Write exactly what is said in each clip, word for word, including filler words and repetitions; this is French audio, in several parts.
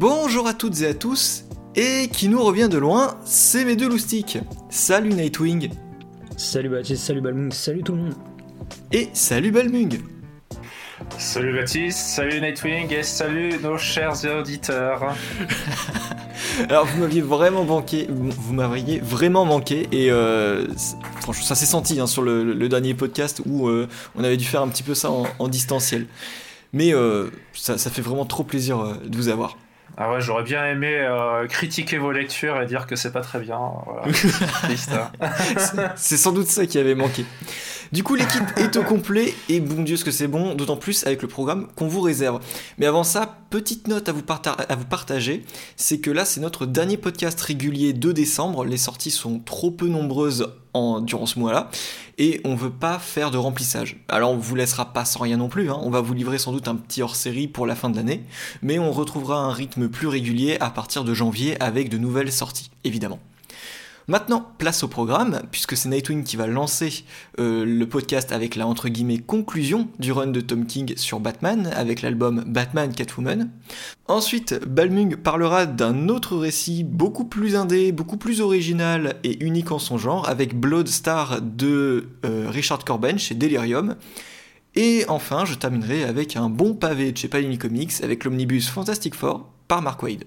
Bonjour à toutes et à tous, et qui nous revient de loin, c'est mes deux loustiques. Salut Nightwing. Salut Baptiste, salut Balmung, salut tout le monde. Et salut Balmung. Salut Baptiste, salut Nightwing et salut nos chers auditeurs. Alors vous m'aviez vraiment manqué, vous m'aviez vraiment manqué et euh, franchement ça s'est senti hein, sur le, le dernier podcast où euh, on avait dû faire un petit peu ça en, en distanciel. Mais euh, ça, ça fait vraiment trop plaisir euh, de vous avoir. Ah ouais, j'aurais bien aimé euh, critiquer vos lectures et dire que c'est pas très bien. Voilà. C'est triste. c'est, c'est sans doute ça qui avait manqué. Du coup, l'équipe est au complet et bon Dieu, ce que c'est bon, d'autant plus avec le programme qu'on vous réserve. Mais avant ça, petite note à vous, parta- à vous partager, c'est que là, c'est notre dernier podcast régulier de décembre. Les sorties sont trop peu nombreuses en, durant ce mois-là et on veut pas faire de remplissage. Alors, on vous laissera pas sans rien non plus, hein. On va vous livrer sans doute un petit hors-série pour la fin de l'année, mais on retrouvera un rythme plus régulier à partir de janvier avec de nouvelles sorties, évidemment. Maintenant, place au programme, puisque c'est Nightwing qui va lancer euh, le podcast avec la entre guillemets conclusion du run de Tom King sur Batman, avec l'album Batman Catwoman. Ensuite, Balmung parlera d'un autre récit beaucoup plus indé, beaucoup plus original et unique en son genre, avec Blood Star de euh, Richard Corben chez Delirium. Et enfin, je terminerai avec un bon pavé de chez Panini Comics, avec l'omnibus Fantastic Four par Mark Waid.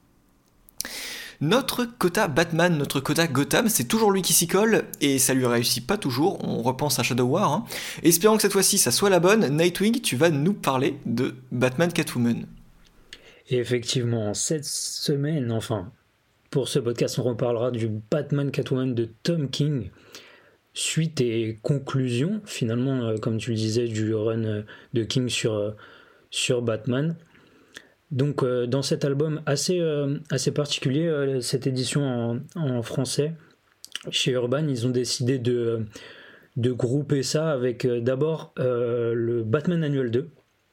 Notre quota Batman, notre quota Gotham, c'est toujours lui qui s'y colle, et ça lui réussit pas toujours, on repense à Shadow War. Hein. Espérons que cette fois-ci ça soit la bonne. Nightwing, tu vas nous parler de Batman Catwoman. Et effectivement, cette semaine, enfin, pour ce podcast, on reparlera du Batman Catwoman de Tom King, suite et conclusion, finalement, euh, comme tu le disais, du run euh, de King sur, euh, sur Batman. Donc euh, dans cet album assez, euh, assez particulier, euh, cette édition en, en français, chez Urban, ils ont décidé de, de grouper ça avec euh, d'abord euh, le Batman Annual deux,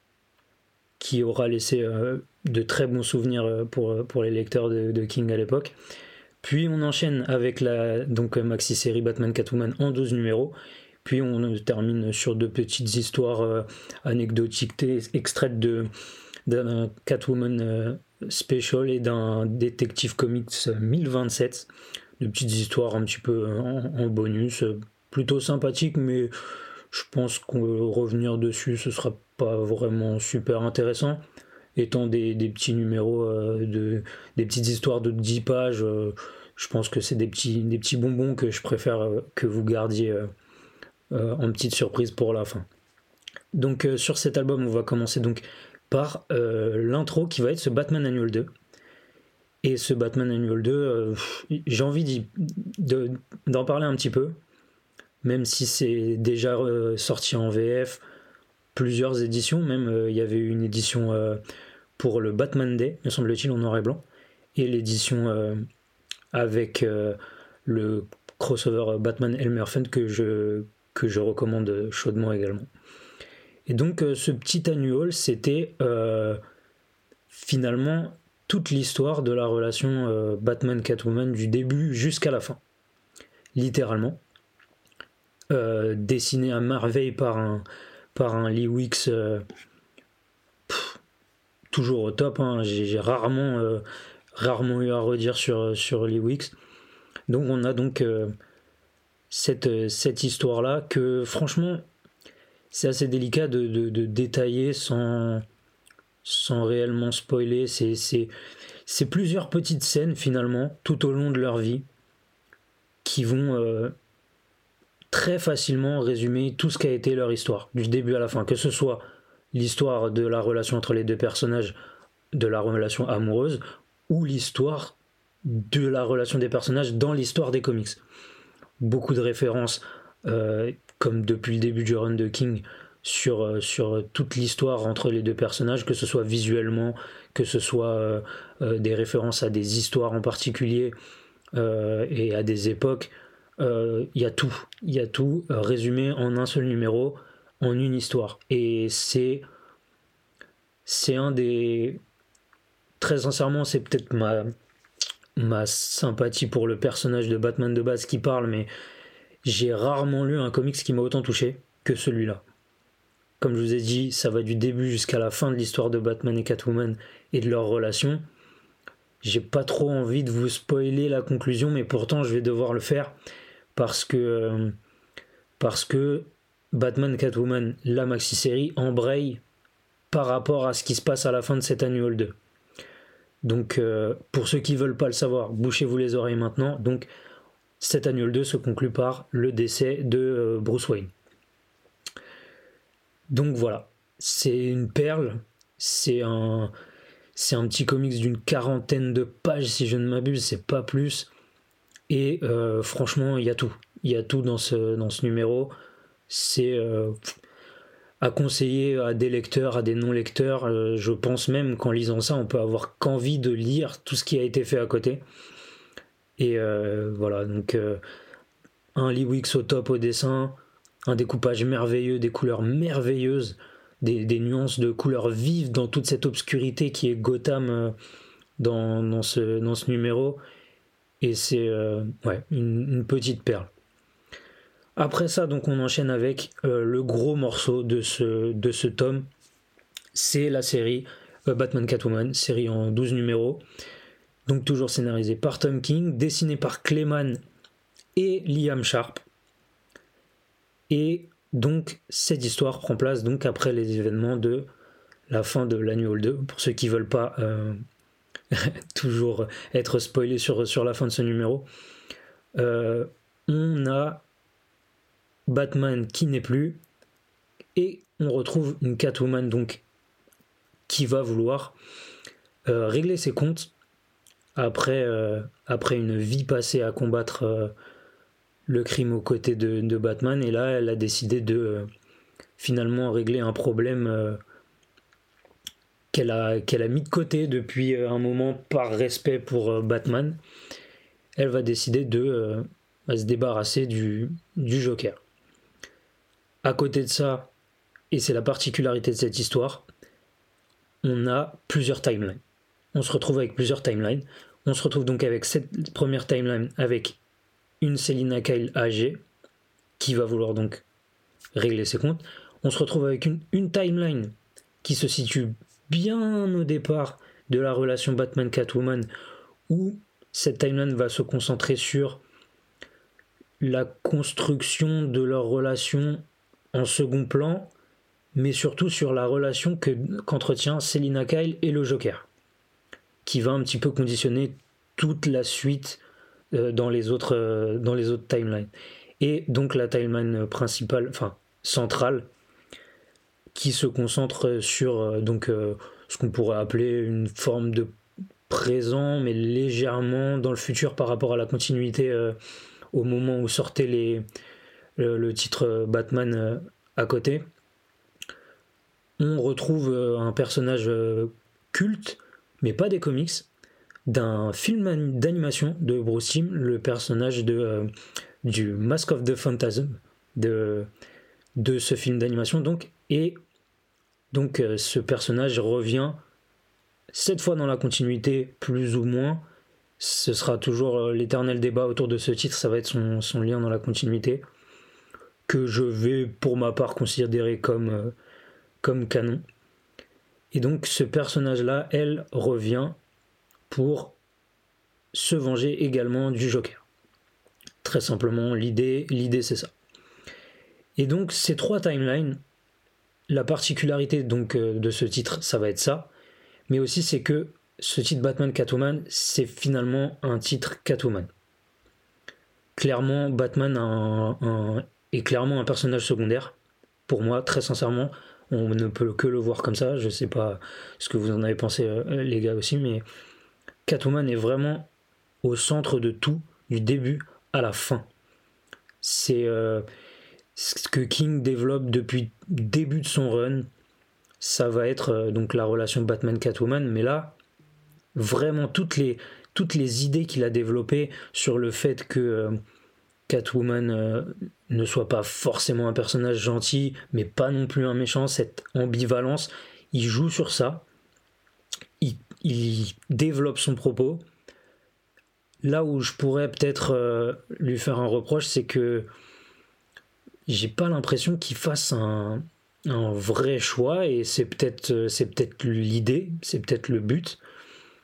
qui aura laissé euh, de très bons souvenirs pour, pour les lecteurs de, de King à l'époque. Puis on enchaîne avec la donc, maxi-série Batman Catwoman en douze numéros. Puis on termine sur deux petites histoires euh, anecdotiques extraites de... d'un Catwoman euh, Special et d'un Detective Comics mille vingt-sept, de petites histoires un petit peu en, en bonus, euh, plutôt sympathiques, mais je pense qu'on revenir dessus ce sera pas vraiment super intéressant, étant des, des petits numéros, euh, de, des petites histoires de dix pages, euh, je pense que c'est des petits, des petits bonbons que je préfère euh, que vous gardiez euh, euh, en petite surprise pour la fin. Donc euh, sur cet album on va commencer donc par euh, l'intro qui va être ce Batman Annual deux. Et ce Batman Annual deux, euh, j'ai envie d'y, de, d'en parler un petit peu, même si c'est déjà euh, sorti en V F, plusieurs éditions, même il euh, y avait une édition euh, pour le Batman Day, me semble-t-il, en noir et blanc, et l'édition euh, avec euh, le crossover Batman Elmer Fudd que je, que je recommande chaudement également. Et donc euh, ce petit annual, c'était euh, finalement toute l'histoire de la relation euh, Batman-Catwoman du début jusqu'à la fin. Littéralement. Euh, dessiné à merveille par un, par un Lee Weeks euh, pff, toujours au top. Hein. J'ai, j'ai rarement, euh, rarement eu à redire sur, sur Lee Weeks. Donc on a donc euh, cette, cette histoire-là que franchement... c'est assez délicat de, de, de détailler sans, sans réellement spoiler. C'est, c'est, c'est plusieurs petites scènes finalement tout au long de leur vie qui vont euh, très facilement résumer tout ce qu'a été leur histoire, du début à la fin. Que ce soit l'histoire de la relation entre les deux personnages, de la relation amoureuse, ou l'histoire de la relation des personnages dans l'histoire des comics. Beaucoup de références... Euh, comme depuis le début du run de King, sur, sur toute l'histoire entre les deux personnages, que ce soit visuellement, que ce soit euh, euh, des références à des histoires en particulier euh, et à des époques. Il euh, y a tout, il y a tout euh, résumé en un seul numéro, en une histoire. Et c'est, c'est un des... Très sincèrement, c'est peut-être ma, ma sympathie pour le personnage de Batman de base qui parle, mais j'ai rarement lu un comics qui m'a autant touché que celui-là. Comme je vous ai dit, ça va du début jusqu'à la fin de l'histoire de Batman et Catwoman et de leur relation. j'ai pas trop envie de vous spoiler la conclusion, mais pourtant je vais devoir le faire parce que euh, parce que Batman Catwoman, la maxi-série, embraye par rapport à ce qui se passe à la fin de cet annual deux. Donc euh, pour ceux qui veulent pas le savoir, bouchez-vous les oreilles maintenant. Donc cet annual deux se conclut par le décès de euh, Bruce Wayne. Donc voilà, c'est une perle, c'est un, c'est un petit comics d'une quarantaine de pages si je ne m'abuse, c'est pas plus. Et euh, franchement, il y a tout, il y a tout dans ce, dans ce numéro. C'est euh, à conseiller à des lecteurs, à des non-lecteurs. Euh, je pense même qu'en lisant ça, on peut avoir qu'envie de lire tout ce qui a été fait à côté. Et euh, voilà, donc euh, un Lee Weeks au top au dessin, un découpage merveilleux, des couleurs merveilleuses, des, des nuances de couleurs vives dans toute cette obscurité qui est Gotham euh, dans, dans, ce, dans ce numéro. Et c'est euh, ouais, une, une petite perle. Après ça, donc on enchaîne avec euh, le gros morceau de ce, de ce tome. C'est la série euh, Batman Catwoman, série en douze numéros. Donc toujours scénarisé par Tom King, dessiné par Clayman et Liam Sharp. Et donc cette histoire prend place donc après les événements de la fin de l'annual deux. Pour ceux qui ne veulent pas euh, toujours être spoilés sur, sur la fin de ce numéro. Euh, on a Batman qui n'est plus et on retrouve une Catwoman donc qui va vouloir euh, régler ses comptes après, euh, après une vie passée à combattre euh, le crime aux côtés de, de Batman, et là elle a décidé de euh, finalement régler un problème euh, qu'elle a, qu'elle a mis de côté depuis un moment par respect pour euh, Batman. Elle va décider de euh, va se débarrasser du, du Joker. À côté de ça, et c'est la particularité de cette histoire, on a plusieurs timelines. On se retrouve avec plusieurs timelines. On se retrouve donc avec cette première timeline avec une Selina Kyle âgée qui va vouloir donc régler ses comptes. On se retrouve avec une, une timeline qui se situe bien au départ de la relation Batman-Catwoman, où cette timeline va se concentrer sur la construction de leur relation en second plan, mais surtout sur la relation que, qu'entretient Selina Kyle et le Joker, qui va un petit peu conditionner toute la suite euh, dans, les autres, euh, dans les autres timelines. Et donc la timeline principale, enfin centrale, qui se concentre sur euh, donc, euh, ce qu'on pourrait appeler une forme de présent, mais légèrement dans le futur par rapport à la continuité euh, au moment où sortait les, le, le titre Batman euh, à côté. On retrouve euh, un personnage euh, culte, mais pas des comics, d'un film d'animation de Bruce Timm, le personnage de, euh, du Mask of the Phantasm de, de ce film d'animation. Donc, et donc euh, ce personnage revient cette fois dans la continuité, plus ou moins. Ce sera toujours euh, l'éternel débat autour de ce titre, ça va être son, son lien dans la continuité, que je vais pour ma part considérer comme, euh, comme canon. Et donc ce personnage-là, elle, revient pour se venger également du Joker. Très simplement, l'idée, l'idée c'est ça. Et donc ces trois timelines, la particularité donc euh, de ce titre, ça va être ça, mais aussi c'est que ce titre Batman Catwoman, c'est finalement un titre Catwoman. Clairement, Batman a un, un, est clairement un personnage secondaire. Pour moi, très sincèrement, on ne peut que le voir comme ça. Je sais pas ce que vous en avez pensé, euh, les gars aussi, mais Catwoman est vraiment au centre de tout, du début à la fin. C'est euh, ce que King développe depuis le début de son run. Ça va être euh, donc la relation Batman-Catwoman, mais là, vraiment toutes les, toutes les idées qu'il a développées sur le fait que euh, Catwoman euh, ne soit pas forcément un personnage gentil, mais pas non plus un méchant, cette ambivalence, il joue sur ça, il, il développe son propos. Là où je pourrais peut-être euh, lui faire un reproche, c'est que j'ai pas l'impression qu'il fasse un, un vrai choix, et c'est peut-être, c'est peut-être l'idée, c'est peut-être le but.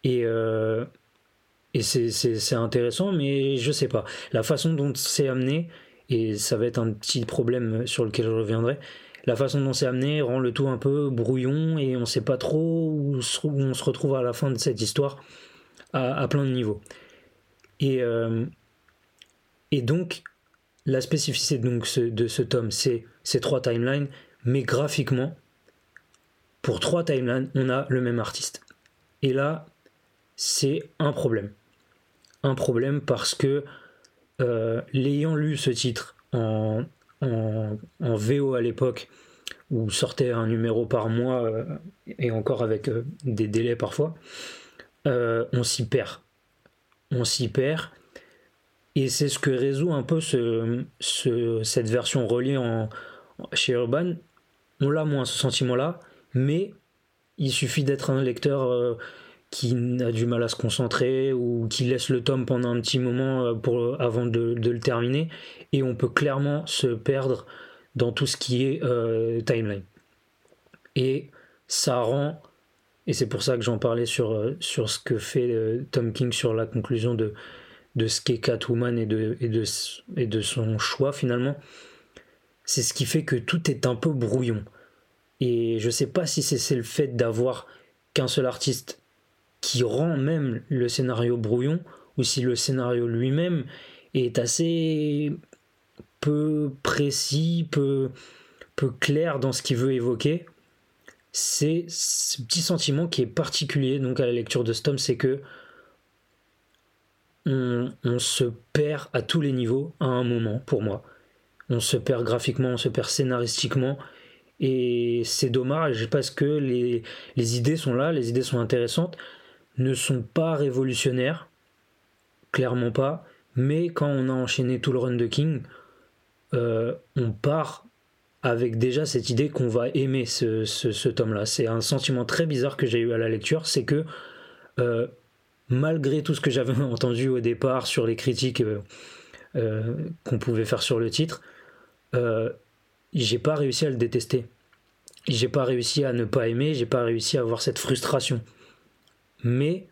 Et, euh, et c'est, c'est, c'est intéressant, mais je sais pas. La façon dont c'est amené, et ça va être un petit problème sur lequel je reviendrai, la façon dont c'est amené rend le tout un peu brouillon et on sait pas trop où, où on se retrouve à la fin de cette histoire à, à plein de niveaux. Et, euh, et donc, la spécificité donc, ce, de ce tome, c'est ces trois timelines, mais graphiquement, pour trois timelines, on a le même artiste. Et là, c'est un problème. Un problème parce que, euh, l'ayant lu ce titre en, en, en V O à l'époque, où sortait un numéro par mois, euh, et encore avec euh, des délais parfois, euh, on s'y perd. On s'y perd. Et c'est ce que résout un peu ce, ce, cette version reliée en, chez Urban. On l'a moins, ce sentiment-là, mais il suffit d'être un lecteur euh, qui a du mal à se concentrer ou qui laisse le tome pendant un petit moment pour, avant de, de le terminer, et on peut clairement se perdre dans tout ce qui est euh, timeline. Et ça rend, et c'est pour ça que j'en parlais sur, sur ce que fait euh, Tom King sur la conclusion de, de ce qu'est Catwoman et de, et, de, et de son choix finalement, c'est ce qui fait que tout est un peu brouillon. Et je sais pas si c'est, c'est le fait d'avoir qu'un seul artiste qui rend même le scénario brouillon, ou si le scénario lui-même est assez peu précis, peu, peu clair dans ce qu'il veut évoquer. C'est ce petit sentiment qui est particulier donc à la lecture de ce tome, c'est que on, on se perd à tous les niveaux à un moment, pour moi. On se perd graphiquement, on se perd scénaristiquement, et c'est dommage parce que les, les idées sont là, les idées sont intéressantes, ne sont pas révolutionnaires, clairement pas, mais quand on a enchaîné tout le run de King, euh, on part avec déjà cette idée qu'on va aimer ce, ce, ce tome-là. C'est un sentiment très bizarre que j'ai eu à la lecture, c'est que euh, malgré tout ce que j'avais entendu au départ sur les critiques euh, euh, qu'on pouvait faire sur le titre, euh, j'ai pas réussi à le détester. J'ai pas réussi à ne pas aimer, j'ai pas réussi à avoir cette frustration. Mais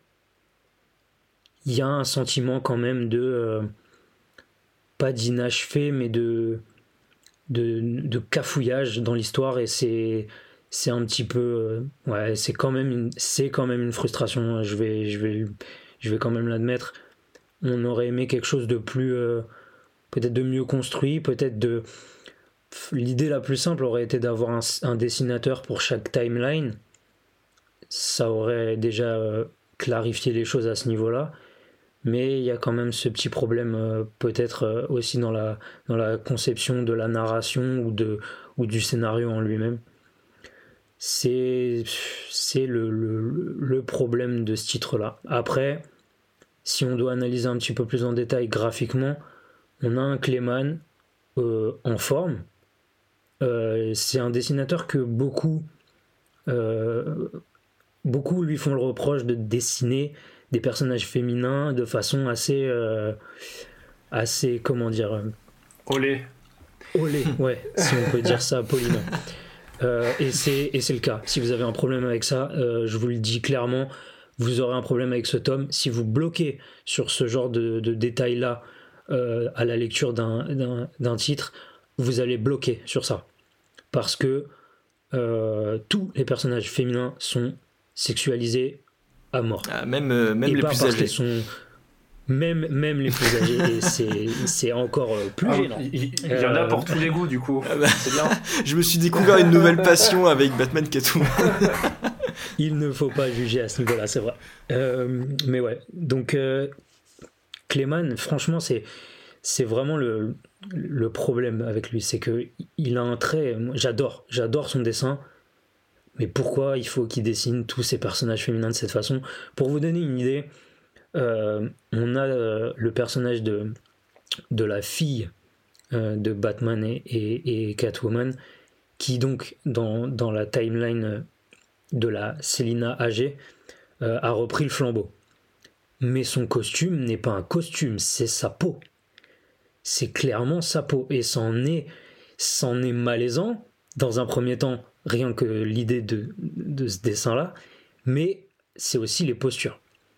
il y a un sentiment quand même de euh, pas d'inachevé, mais de, de de cafouillage dans l'histoire, et c'est c'est un petit peu euh, ouais, c'est quand même une, c'est quand même une frustration. Je vais je vais je vais quand même l'admettre. On aurait aimé quelque chose de plus euh, peut-être de mieux construit, peut-être de l'idée la plus simple aurait été d'avoir un, un dessinateur pour chaque timeline. Ça aurait déjà euh, clarifié les choses à ce niveau-là, mais il y a quand même ce petit problème euh, peut-être euh, aussi dans la, dans la conception de la narration ou, de, ou du scénario en lui-même. C'est, c'est le, le, le problème de ce titre-là. Après, si on doit analyser un petit peu plus en détail graphiquement, on a un Clayman euh, en forme. Euh, c'est un dessinateur que beaucoup euh, beaucoup lui font le reproche de dessiner des personnages féminins de façon assez euh, assez comment dire euh, olé olé ouais, si on peut dire ça poliment. Euh, et c'est et c'est le cas. Si vous avez un problème avec ça, euh, je vous le dis clairement, vous aurez un problème avec ce tome. Si vous bloquez sur ce genre de, de détails là euh, à la lecture d'un, d'un, d'un titre, vous allez bloquer sur ça, parce que euh, tous les personnages féminins sont sexualisés à mort. Ah, même euh, même et les pas plus parce âgés. qu'elles sont même même les plus âgés, et c'est c'est encore plus ah, gênant. Il, il y en a Euh, pour tous les goûts du coup. Ah bah, C'est bien. je me suis découvert une nouvelle passion avec Batman Catwoman. Il ne faut pas juger à ce niveau-là, c'est vrai. Euh, mais ouais, donc euh, Clayman, franchement, c'est c'est vraiment le le problème avec lui, c'est que il a un trait. Moi, j'adore, j'adore son dessin, mais pourquoi il faut qu'il dessine tous ces personnages féminins de cette façon? Pour vous donner une idée, euh, on a euh, le personnage de de la fille euh, de Batman et, et, et Catwoman, qui donc dans dans la timeline de la Selina âgée euh, a repris le flambeau. Mais son costume n'est pas un costume, c'est sa peau. C'est clairement sa peau, et c'en est, c'en est malaisant dans un premier temps, rien que l'idée de, de ce dessin-là, mais c'est aussi les postures.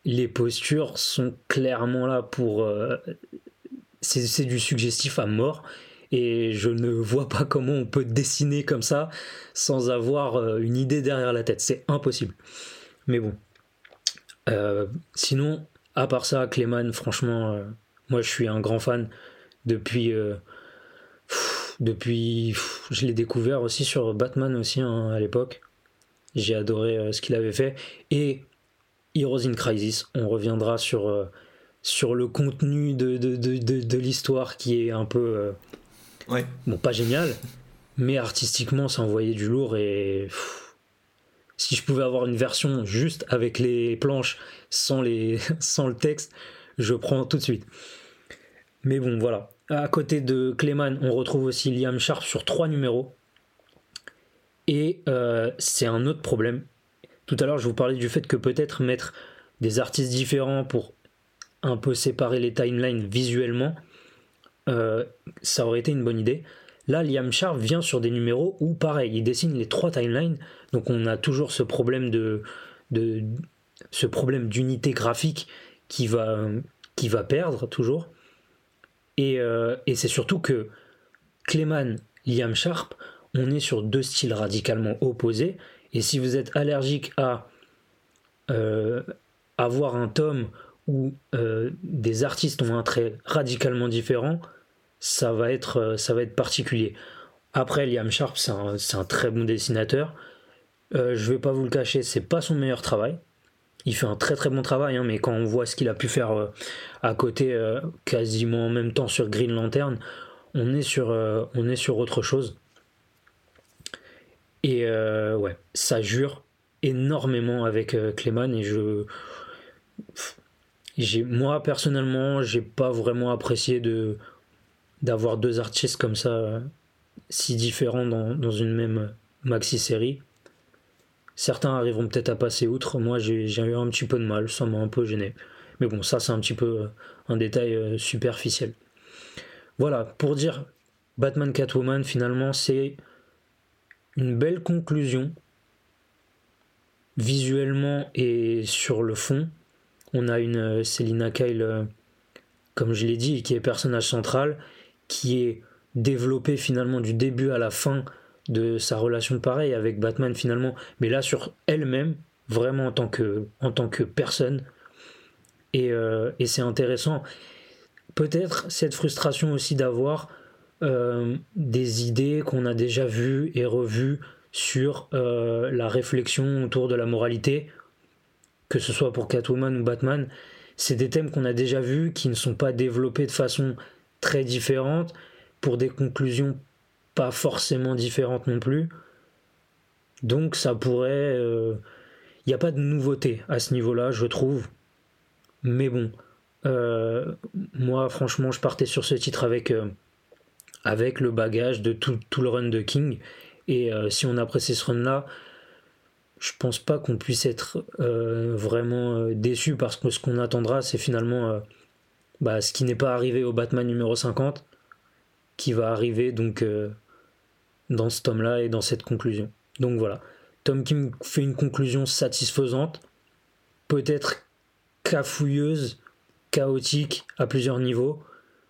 les postures sont clairement là pour... Euh, c'est, c'est du suggestif à mort. Et je ne vois pas comment on peut dessiner comme ça sans avoir euh, une idée derrière la tête. C'est impossible. Mais bon. Euh, sinon, à part ça, Clayman, franchement, euh, moi je suis un grand fan depuis... Euh, pff, depuis pff, je l'ai découvert aussi sur Batman aussi hein, à l'époque. J'ai adoré euh, ce qu'il avait fait. Et Heroes in Crisis, on reviendra sur, euh, sur le contenu de, de, de, de, de l'histoire qui est un peu... Euh, Ouais. Bon, pas génial, mais artistiquement, ça envoyait du lourd et pff, si je pouvais avoir une version juste avec les planches sans, les, sans le texte, je prends tout de suite. Mais bon, voilà. À côté de Clayman, on retrouve aussi Liam Sharp sur trois numéros. Et euh, c'est un autre problème. Tout à l'heure, je vous parlais du fait que peut-être mettre des artistes différents pour un peu séparer les timelines visuellement, Euh, ça aurait été une bonne idée. Là, Liam Sharp vient sur des numéros où, pareil, il dessine les trois timelines, donc on a toujours ce problème de, de ce problème d'unité graphique qui va, qui va perdre toujours. Et, euh, et c'est surtout que Clayman, Liam Sharp, on est sur deux styles radicalement opposés. Et si vous êtes allergique à euh, avoir un tome où euh, des artistes ont un trait radicalement différent, ça va être, ça va être particulier. Après, Liam Sharp, c'est un, c'est un très bon dessinateur. Euh, je vais pas vous le cacher, c'est pas son meilleur travail. Il fait un très très bon travail, hein, mais quand on voit ce qu'il a pu faire euh, à côté, euh, quasiment en même temps sur Green Lantern, on est sur, euh, on est sur autre chose. Et euh, ouais, ça jure énormément avec euh, Clayman et je... J'ai, moi personnellement, j'ai pas vraiment apprécié de d'avoir deux artistes comme ça euh, si différents dans, dans une même maxi-série. Certains arriveront peut-être à passer outre. Moi, j'ai, j'ai eu un petit peu de mal, ça m'a un peu gêné. Mais bon, ça, c'est un petit peu euh, un détail euh, superficiel. Voilà, pour dire Batman Catwoman, finalement, c'est une belle conclusion visuellement et sur le fond. On a une euh, Selina Kyle, euh, comme je l'ai dit, qui est personnage central, qui est développée finalement du début à la fin de sa relation pareille avec Batman finalement, mais là sur elle-même, vraiment en tant que, en tant que personne. Et, euh, et c'est intéressant. Peut-être cette frustration aussi d'avoir euh, des idées qu'on a déjà vues et revues sur euh, la réflexion autour de la moralité, que ce soit pour Catwoman ou Batman, c'est des thèmes qu'on a déjà vus, qui ne sont pas développés de façon très différente, pour des conclusions pas forcément différentes non plus. Donc ça pourrait... Il euh, n'y a pas de nouveauté à ce niveau-là, je trouve. Mais bon, euh, moi franchement, je partais sur ce titre avec, euh, avec le bagage de tout, tout le run de King. Et euh, si on apprécie ce run-là, je pense pas qu'on puisse être euh, vraiment euh, déçu, parce que ce qu'on attendra, c'est finalement euh, bah, ce qui n'est pas arrivé au Batman numéro cinquante, qui va arriver donc euh, dans ce tome-là et dans cette conclusion. Donc voilà, Tom King fait une conclusion satisfaisante, peut-être cafouilleuse, chaotique à plusieurs niveaux,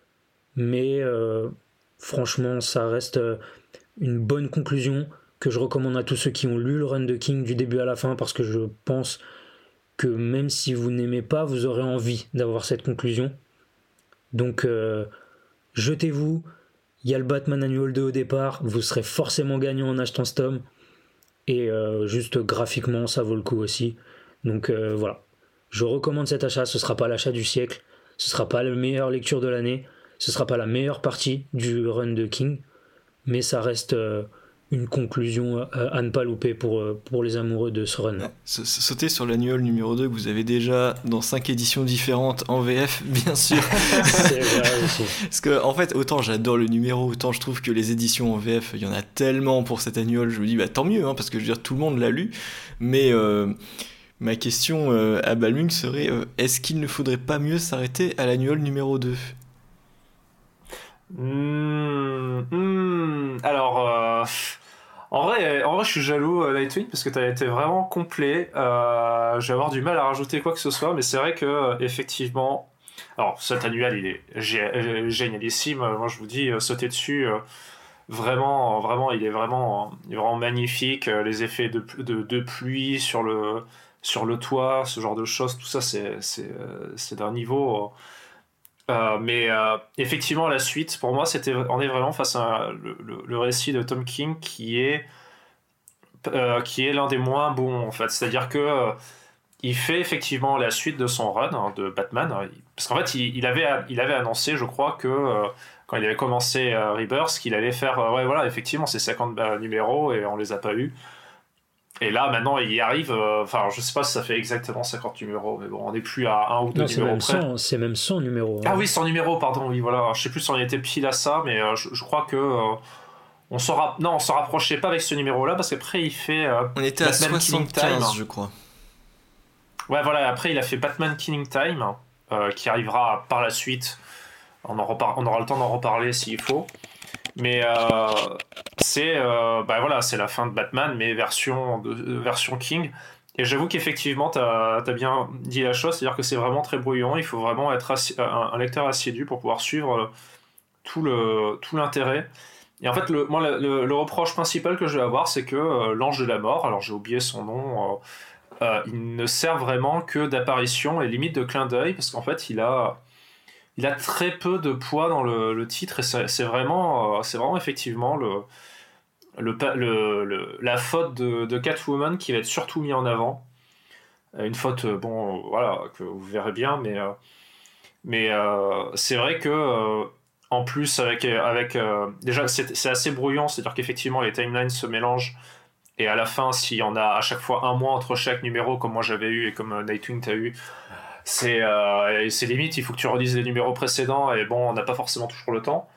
mais euh, franchement, ça reste euh, une bonne conclusion que je recommande à tous ceux qui ont lu le run de King du début à la fin, parce que je pense que même si vous n'aimez pas, vous aurez envie d'avoir cette conclusion. Donc euh, jetez-vous, il y a le Batman Annual deux au départ, vous serez forcément gagnant en achetant ce tome, et euh, juste graphiquement ça vaut le coup aussi. Donc euh, voilà, je recommande cet achat. Ce sera pas l'achat du siècle, ce sera pas la meilleure lecture de l'année, ce sera pas la meilleure partie du run de King, mais ça reste euh, une conclusion à ne pas louper pour, pour les amoureux de ce run. Ouais, sauter sur l'annual numéro deux que vous avez déjà dans cinq éditions différentes en V F, bien sûr. C'est vrai aussi. Parce que, en fait, autant j'adore le numéro, autant je trouve que les éditions en V F, il y en a tellement pour cet annual. Je me dis, bah tant mieux, hein, parce que je veux dire, tout le monde l'a lu. Mais euh, ma question euh, à Balmung serait euh, est-ce qu'il ne faudrait pas mieux s'arrêter à l'annual numéro deux? Mmh, mmh, alors, euh, En vrai, en vrai, je suis jaloux, euh, Nightwing, parce que t'as été vraiment complet. Euh, je vais avoir du mal à rajouter quoi que ce soit, mais c'est vrai que euh, effectivement, alors cet annuel, il est gé- génialissime. Moi, je vous dis, euh, sautez dessus. Euh, vraiment, vraiment, il est vraiment, il est vraiment magnifique. Euh, Les effets de, de, de pluie sur le sur le toit, ce genre de choses, tout ça, c'est c'est euh, c'est d'un niveau. Euh, mais euh, effectivement, la suite, pour moi, c'était, on est vraiment face à le, le- le récit de Tom King qui est euh, qui est l'un des moins bons en fait. C'est-à-dire que euh, il fait effectivement la suite de son run hein, de Batman, hein, parce qu'en fait il, il avait il avait annoncé, je crois que euh, quand il avait commencé euh, Rebirth, qu'il allait faire euh, ouais voilà effectivement ces cinquante euh, numéros et on les a pas eu. Et là maintenant il y arrive. euh, Enfin je sais pas si ça fait exactement cinquante numéros, mais bon on n'est plus à un ou deux Non, c'est numéros même près. cent, c'est même cent numéros. Ah hein. oui, cent numéros, pardon, oui, voilà. Je sais plus si on était pile à ça, mais euh, je, je crois que euh, on s'en ra- non, on s'en rapprochait pas avec ce numéro-là parce qu'après il fait euh, On était à Batman Killing Time. soixante-quinze, je crois. Ouais, voilà. Après il a fait Batman Killing Time, euh, qui arrivera par la suite. On, en repar- on aura le temps d'en reparler s'il faut. Mais euh, c'est euh, bah voilà, c'est la fin de Batman, mais version de, de- version King. Et j'avoue qu'effectivement, t'as as bien dit la chose, c'est-à-dire que c'est vraiment très brouillon. Il faut vraiment être assi- un, un lecteur assidu pour pouvoir suivre euh, tout le tout l'intérêt. Et en fait, le, moi, le, le- le reproche principal que je vais avoir, c'est que euh, l'ange de la mort, alors j'ai oublié son nom, euh, euh, il ne sert vraiment que d'apparition et limite de clin d'œil, parce qu'en fait, il a, il a très peu de poids dans le, le titre, et c'est c'est vraiment, euh, c'est vraiment effectivement le, le, pa- le- le- la faute de, de Catwoman qui va être surtout mis en avant. Euh, Une faute, euh, bon, euh, voilà, que vous verrez bien, mais euh, Mais euh, c'est vrai que euh, en plus avec avec euh, déjà c'est c'est assez brouillon, c'est-à-dire qu'effectivement les timelines se mélangent et à la fin s'il y en a à chaque fois un mois entre chaque numéro comme moi j'avais eu et comme euh, Nightwing t'as eu, c'est euh, et c'est limite, il faut que tu relises les numéros précédents et bon on n'a pas forcément toujours le temps.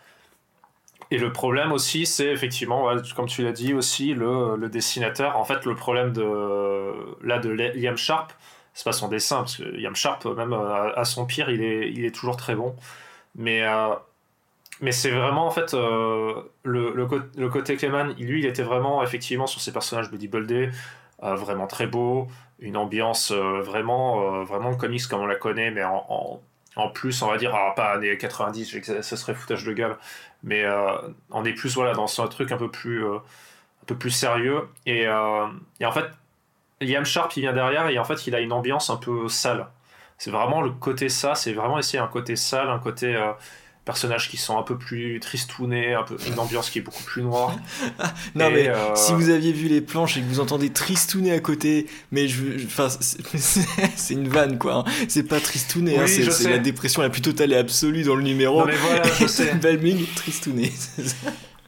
Et le problème aussi c'est effectivement ouais, comme tu l'as dit aussi le, le dessinateur. En fait le problème de là de Liam Sharp, c'est pas son dessin parce que Liam Sharp même à, à son pire il est il est toujours très bon. Mais, euh, mais c'est vraiment en fait euh, le, le, co- le côté Clayman, lui il était vraiment effectivement sur ses personnages bodybuildés, euh, vraiment très beau, une ambiance euh, vraiment, euh, vraiment comics comme on la connaît, mais en, en, en plus on va dire, alors pas années quatre-vingt-dix, je sais que ça, ça serait foutage de gueule, mais euh, on est plus voilà, dans un truc un peu plus, euh, un peu plus sérieux. Et, euh, et en fait, Liam Sharp il vient derrière et en fait il a une ambiance un peu sale. C'est vraiment le côté ça, c'est vraiment essayer un côté sale, un côté euh, personnages qui sont un peu plus tristounés, un peu, une ambiance qui est beaucoup plus noire. Non Et, mais euh, si vous aviez vu les planches et que vous entendez tristouner à côté, mais je, je- enfin c'est c'est une vanne quoi. hein. C'est pas tristouner, hein, Oui, c'est je c'est sais. la dépression la plus totale et absolue dans le numéro. Non mais voilà, je sais. Balming tristouner. c'est ça.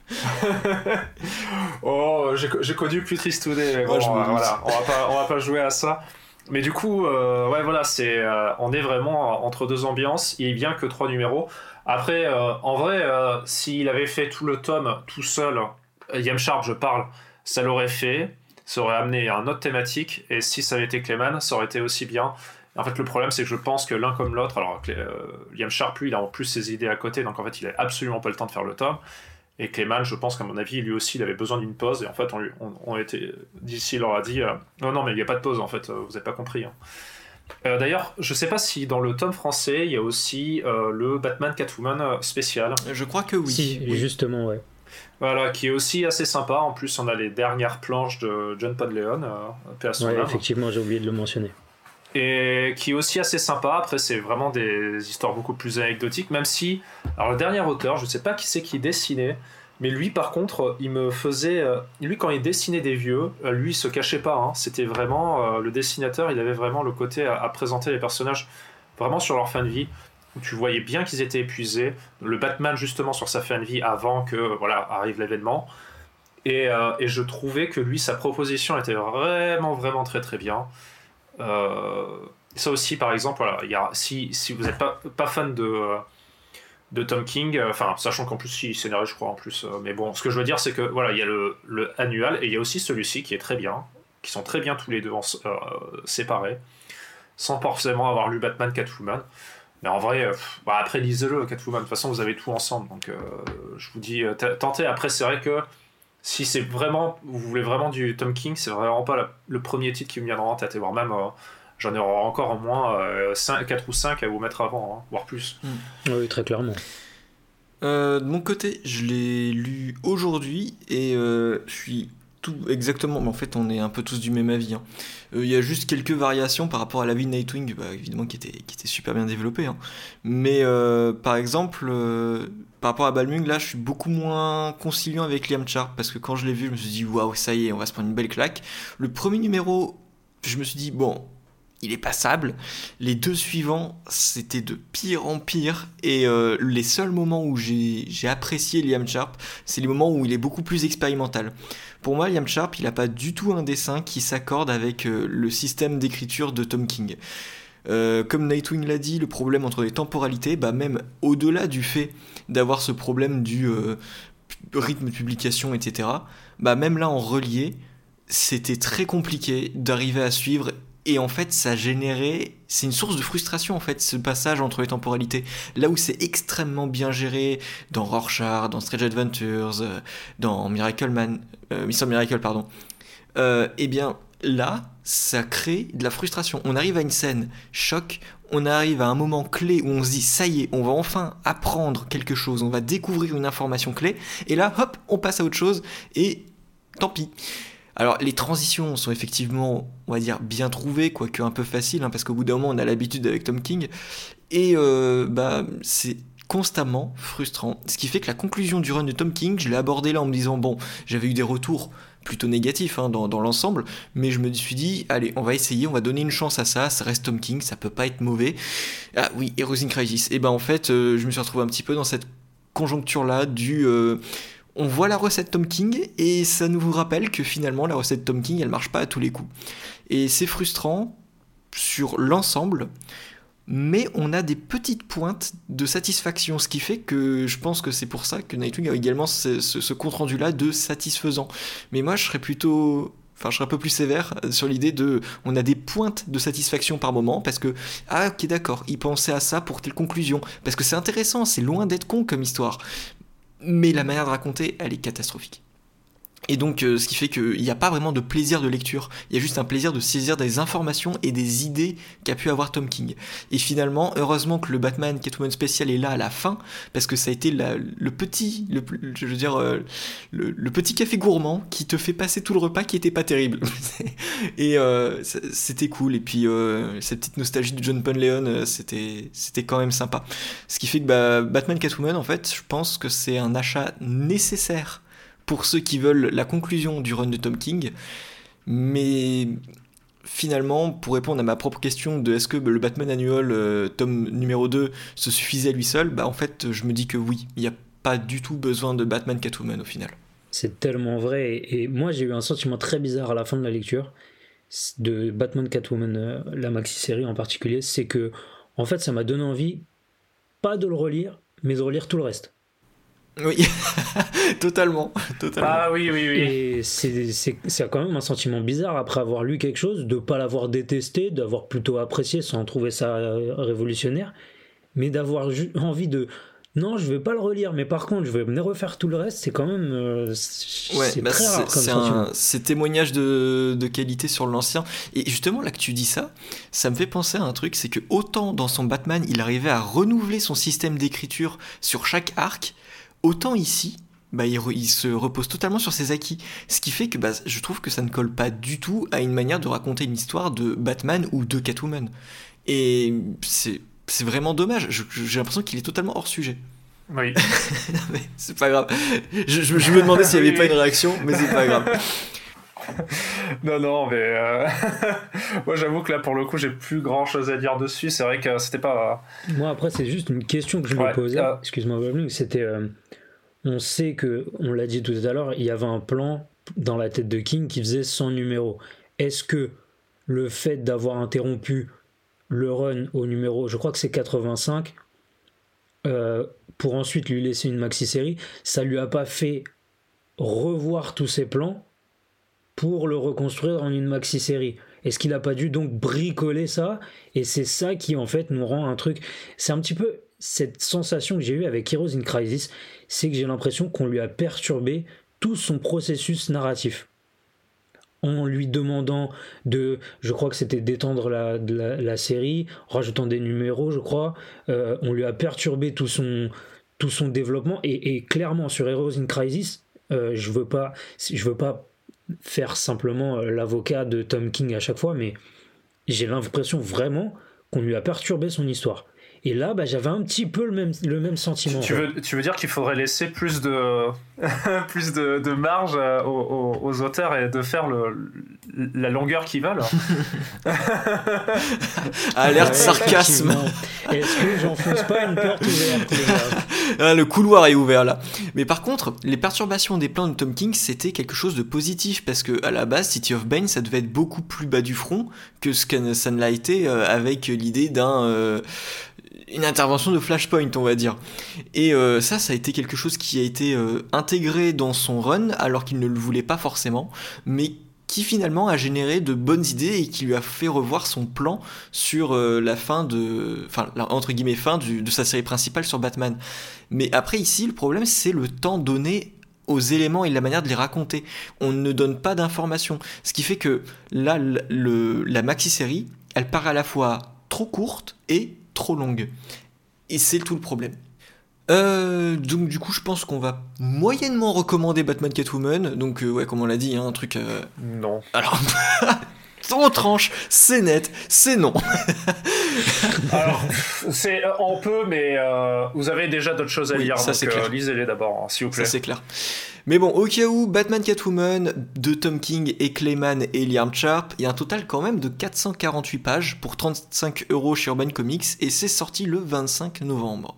Oh, j'ai j'ai connu plus tristouné, mais bon, Ouais, je me euh, doute. voilà, on va pas, on va pas jouer à ça. Mais du coup, euh, ouais, voilà, c'est, euh, on est vraiment entre deux ambiances. Il est bien que trois numéros. Après, euh, en vrai, euh, s'il avait fait tout le tome tout seul, euh, Liam Sharp, je parle, ça l'aurait fait, ça aurait amené un autre thématique. Et si ça avait été Clayman, ça aurait été aussi bien. En fait, le problème, c'est que je pense que l'un comme l'autre, alors euh, Liam Sharp, lui, il a en plus ses idées à côté, donc en fait, il a absolument pas le temps de faire le tome. Et Clayman, je pense qu'à mon avis, lui aussi, il avait besoin d'une pause. Et en fait, on, lui- on, on était, d'ici, il leur a dit euh, non, non, mais il n'y a pas de pause, en fait, euh, vous n'avez pas compris. hein. Euh, D'ailleurs, je sais pas si dans le tome français, il y a aussi euh, le Batman Catwoman euh, spécial. Je crois que oui. Si, Oui. justement, ouais. Voilà, qui est aussi assez sympa. En plus, on a les dernières planches de John Podleon, euh, paix à son Ouais, âme. effectivement, j'ai oublié de le mentionner. Et qui est aussi assez sympa. Après, c'est vraiment des histoires beaucoup plus anecdotiques, même si, alors le dernier auteur, je sais pas qui c'est qui dessinait, mais lui, par contre, il me faisait, euh, lui, quand il dessinait des vieux, euh, lui, il se cachait pas. hein. C'était vraiment euh, le dessinateur, il avait vraiment le côté à, à présenter les personnages vraiment sur leur fin de vie, où tu voyais bien qu'ils étaient épuisés. Le Batman, justement, sur sa fin de vie, avant que voilà arrive l'événement. Et, euh, et je trouvais que lui, sa proposition était vraiment, vraiment très, très bien. Euh, ça aussi, par exemple, voilà, il y a, si, si vous n'êtes pas, pas fan de, euh, de Tom King, euh, enfin, sachant qu'en plus, il scénarise, je crois, en plus. euh, mais bon, ce que je veux dire, c'est que voilà, il y a le, le annual et il y a aussi celui-ci qui est très bien, qui sont très bien tous les deux en, euh, séparés, sans forcément avoir lu Batman Catwoman. Mais en vrai, euh, pff, bah, après, lisez-le, Catwoman. De toute façon, vous avez tout ensemble. Donc, euh, je vous dis, euh, t- tentez. Après, c'est vrai que si c'est vraiment, vous voulez vraiment du Tom King, c'est vraiment pas la, le premier titre qui me viendra en tête, et voire même, euh, j'en ai encore au moins euh, cinq, quatre ou cinq à vous mettre avant, hein, voire plus. Mm. Oui, très clairement. Euh, de mon côté, je l'ai lu aujourd'hui et euh, je suis tout exactement. Mais en fait, on est un peu tous du même avis. Il hein. euh, y a juste quelques variations par rapport à la vie de Nightwing, bah, évidemment, qui était, qui était super bien développée. Hein. Mais euh, par exemple, euh, par rapport à Balmung, là, je suis beaucoup moins conciliant avec Liam Sharp parce que quand je l'ai vu, je me suis dit, waouh, ça y est, on va se prendre une belle claque. Le premier numéro, je me suis dit, bon. Il est passable. Les deux suivants, c'était de pire en pire. Et euh, les seuls moments où j'ai, j'ai apprécié Liam Sharp, c'est les moments où il est beaucoup plus expérimental. Pour moi, Liam Sharp, il n'a pas du tout un dessin qui s'accorde avec euh, le système d'écriture de Tom King. Euh, comme Nightwing l'a dit, le problème entre les temporalités, bah même au-delà du fait d'avoir ce problème du euh, rythme de publication, et cetera, bah même là en relié, c'était très compliqué d'arriver à suivre. Et en fait, ça générait... C'est une source de frustration, en fait, ce passage entre les temporalités. Là où c'est extrêmement bien géré, dans Rorschach, dans Strange Adventures, euh, dans Miracle Man... Euh, mister Miracle, pardon. Euh, eh bien, là, ça crée de la frustration. On arrive à une scène choc, on arrive à un moment clé où on se dit, ça y est, on va enfin apprendre quelque chose, on va découvrir une information clé, et là, hop, on passe à autre chose, et tant pis. Alors les transitions sont effectivement, on va dire, bien trouvées, quoique un peu faciles, hein, parce qu'au bout d'un moment on a l'habitude avec Tom King, et euh, bah, c'est constamment frustrant. Ce qui fait que la conclusion du run de Tom King, je l'ai abordé là en me disant, bon, j'avais eu des retours plutôt négatifs hein, dans, dans l'ensemble, mais je me suis dit, allez, on va essayer, on va donner une chance à ça, ça reste Tom King, ça peut pas être mauvais. Ah oui, Heroes in Crisis. Et ben en fait, euh, je me suis retrouvé un petit peu dans cette conjoncture-là du... Euh, on voit la recette Tom King et ça nous rappelle que finalement la recette Tom King elle marche pas à tous les coups. Et c'est frustrant sur l'ensemble, mais on a des petites pointes de satisfaction, ce qui fait que je pense que c'est pour ça que Nightwing a également ce, ce, ce compte rendu là de satisfaisant. Mais moi je serais plutôt... Enfin, je serais un peu plus sévère sur l'idée de... On a des pointes de satisfaction par moment, parce que... Ah, ok, d'accord, il pensait à ça pour telle conclusion. Parce que c'est intéressant, c'est loin d'être con comme histoire. Mais la manière de raconter, elle est catastrophique. Et donc, euh, ce qui fait qu'il n'y a pas vraiment de plaisir de lecture. Il y a juste un plaisir de saisir des informations et des idées qu'a pu avoir Tom King. Et finalement, heureusement que le Batman Catwoman spécial est là à la fin, parce que ça a été la, le petit, le, je veux dire, euh, le, le petit café gourmand qui te fait passer tout le repas qui était pas terrible. Et euh, c'était cool. Et puis, euh, cette petite nostalgie de John Ponleon, euh, c'était, c'était quand même sympa. Ce qui fait que bah, Batman Catwoman, en fait, je pense que c'est un achat nécessaire pour ceux qui veulent la conclusion du run de Tom King, mais finalement, pour répondre à ma propre question de est-ce que le Batman Annual euh, tome numéro deux se suffisait à lui seul, bah en fait je me dis que oui, il n'y a pas du tout besoin de Batman Catwoman au final. C'est tellement vrai, et moi j'ai eu un sentiment très bizarre à la fin de la lecture de Batman Catwoman, euh, la maxi-série en particulier, c'est que en fait ça m'a donné envie, pas de le relire, mais de relire tout le reste. Oui, totalement, totalement. Ah oui, oui, oui. Et c'est, c'est, c'est quand même un sentiment bizarre après avoir lu quelque chose, de ne pas l'avoir détesté, d'avoir plutôt apprécié sans trouver ça révolutionnaire, mais d'avoir ju- envie de... Non, je vais pas le relire, mais par contre, je vais me refaire tout le reste, c'est quand même... Euh, c'est ouais, bah très c'est, rare comme c'est sentiment. un, c'est témoignage de, de qualité sur l'ancien. Et justement, là que tu dis ça, ça me fait penser à un truc, c'est que autant dans son Batman, il arrivait à renouveler son système d'écriture sur chaque arc, autant ici, bah, il, re, il se repose totalement sur ses acquis. Ce qui fait que bah, je trouve que ça ne colle pas du tout à une manière de raconter une histoire de Batman ou de Catwoman. Et c'est, c'est vraiment dommage. Je, j'ai l'impression qu'il est totalement hors sujet. Oui. Non, mais c'est pas grave. Je, je, je me demandais s'il n'y avait pas une réaction, mais c'est pas grave. Non, non, mais euh... moi j'avoue que là pour le coup j'ai plus grand chose à dire dessus. C'est vrai que c'était pas. Moi après c'est juste une question que je ouais, me posais. euh... Excuse-moi, Boblin, c'était. Euh, on sait que, on l'a dit tout à l'heure, il y avait un plan dans la tête de King qui faisait cent numéros. Est-ce que le fait d'avoir interrompu le run au numéro, je crois que c'est quatre-vingt-cinq, euh, pour ensuite lui laisser une maxi-série, ça lui a pas fait revoir tous ses plans pour le reconstruire en une maxi-série? Est-ce qu'il n'a pas dû donc bricoler ça? Et c'est ça qui en fait nous rend un truc... C'est un petit peu cette sensation que j'ai eue avec Heroes in Crisis, c'est que j'ai l'impression qu'on lui a perturbé tout son processus narratif. En lui demandant de, je crois que c'était d'étendre la, la, la série, en rajoutant des numéros, je crois. Euh, on lui a perturbé tout son, tout son développement. Et, et clairement, sur Heroes in Crisis, euh, je veux pas, je veux pas faire simplement l'avocat de Tom King à chaque fois, mais j'ai l'impression vraiment qu'on lui a perturbé son histoire. Et là, bah, j'avais un petit peu le même, le même sentiment. Tu, tu, veux, tu veux dire qu'il faudrait laisser plus de, plus de, de marge aux, aux, aux auteurs et de faire le, la longueur qu'ils veulent. Alerte Ouais, sarcasme. Est-ce que j'enfonce pas une porte ouverte, les gars? Ah, le couloir est ouvert là. Mais par contre, les perturbations des plans de Tom King, c'était quelque chose de positif parce que à la base, City of Bane, ça devait être beaucoup plus bas du front que ce que ça ne l'a été euh, avec l'idée d'un euh, une intervention de Flashpoint, on va dire. Et euh, ça, ça a été quelque chose qui a été euh, intégré dans son run alors qu'il ne le voulait pas forcément, mais qui finalement a généré de bonnes idées et qui lui a fait revoir son plan sur euh, la fin de, enfin la, entre guillemets fin du, de sa série principale sur Batman. Mais après ici, le problème c'est le temps donné aux éléments et la manière de les raconter. On ne donne pas d'informations, ce qui fait que là, le, le, la maxi-série, elle paraît à la fois trop courte et trop longue. Et c'est tout le problème. Euh, donc du coup je pense qu'on va moyennement recommander Batman Catwoman. Donc euh, ouais, comme on l'a dit, hein, un truc euh... non, alors on tranche, c'est net, c'est non. alors c'est, on peut, mais euh, vous avez déjà d'autres choses à oui, lire, ça, donc c'est clair. Euh, lisez-les d'abord, hein, s'il vous plaît. Ça c'est clair. Mais bon, au cas où, Batman Catwoman de Tom King et Clayman et Liam Sharp, il y a un total quand même de quatre cent quarante-huit pages pour trente-cinq euros chez Urban Comics et c'est sorti le vingt-cinq novembre.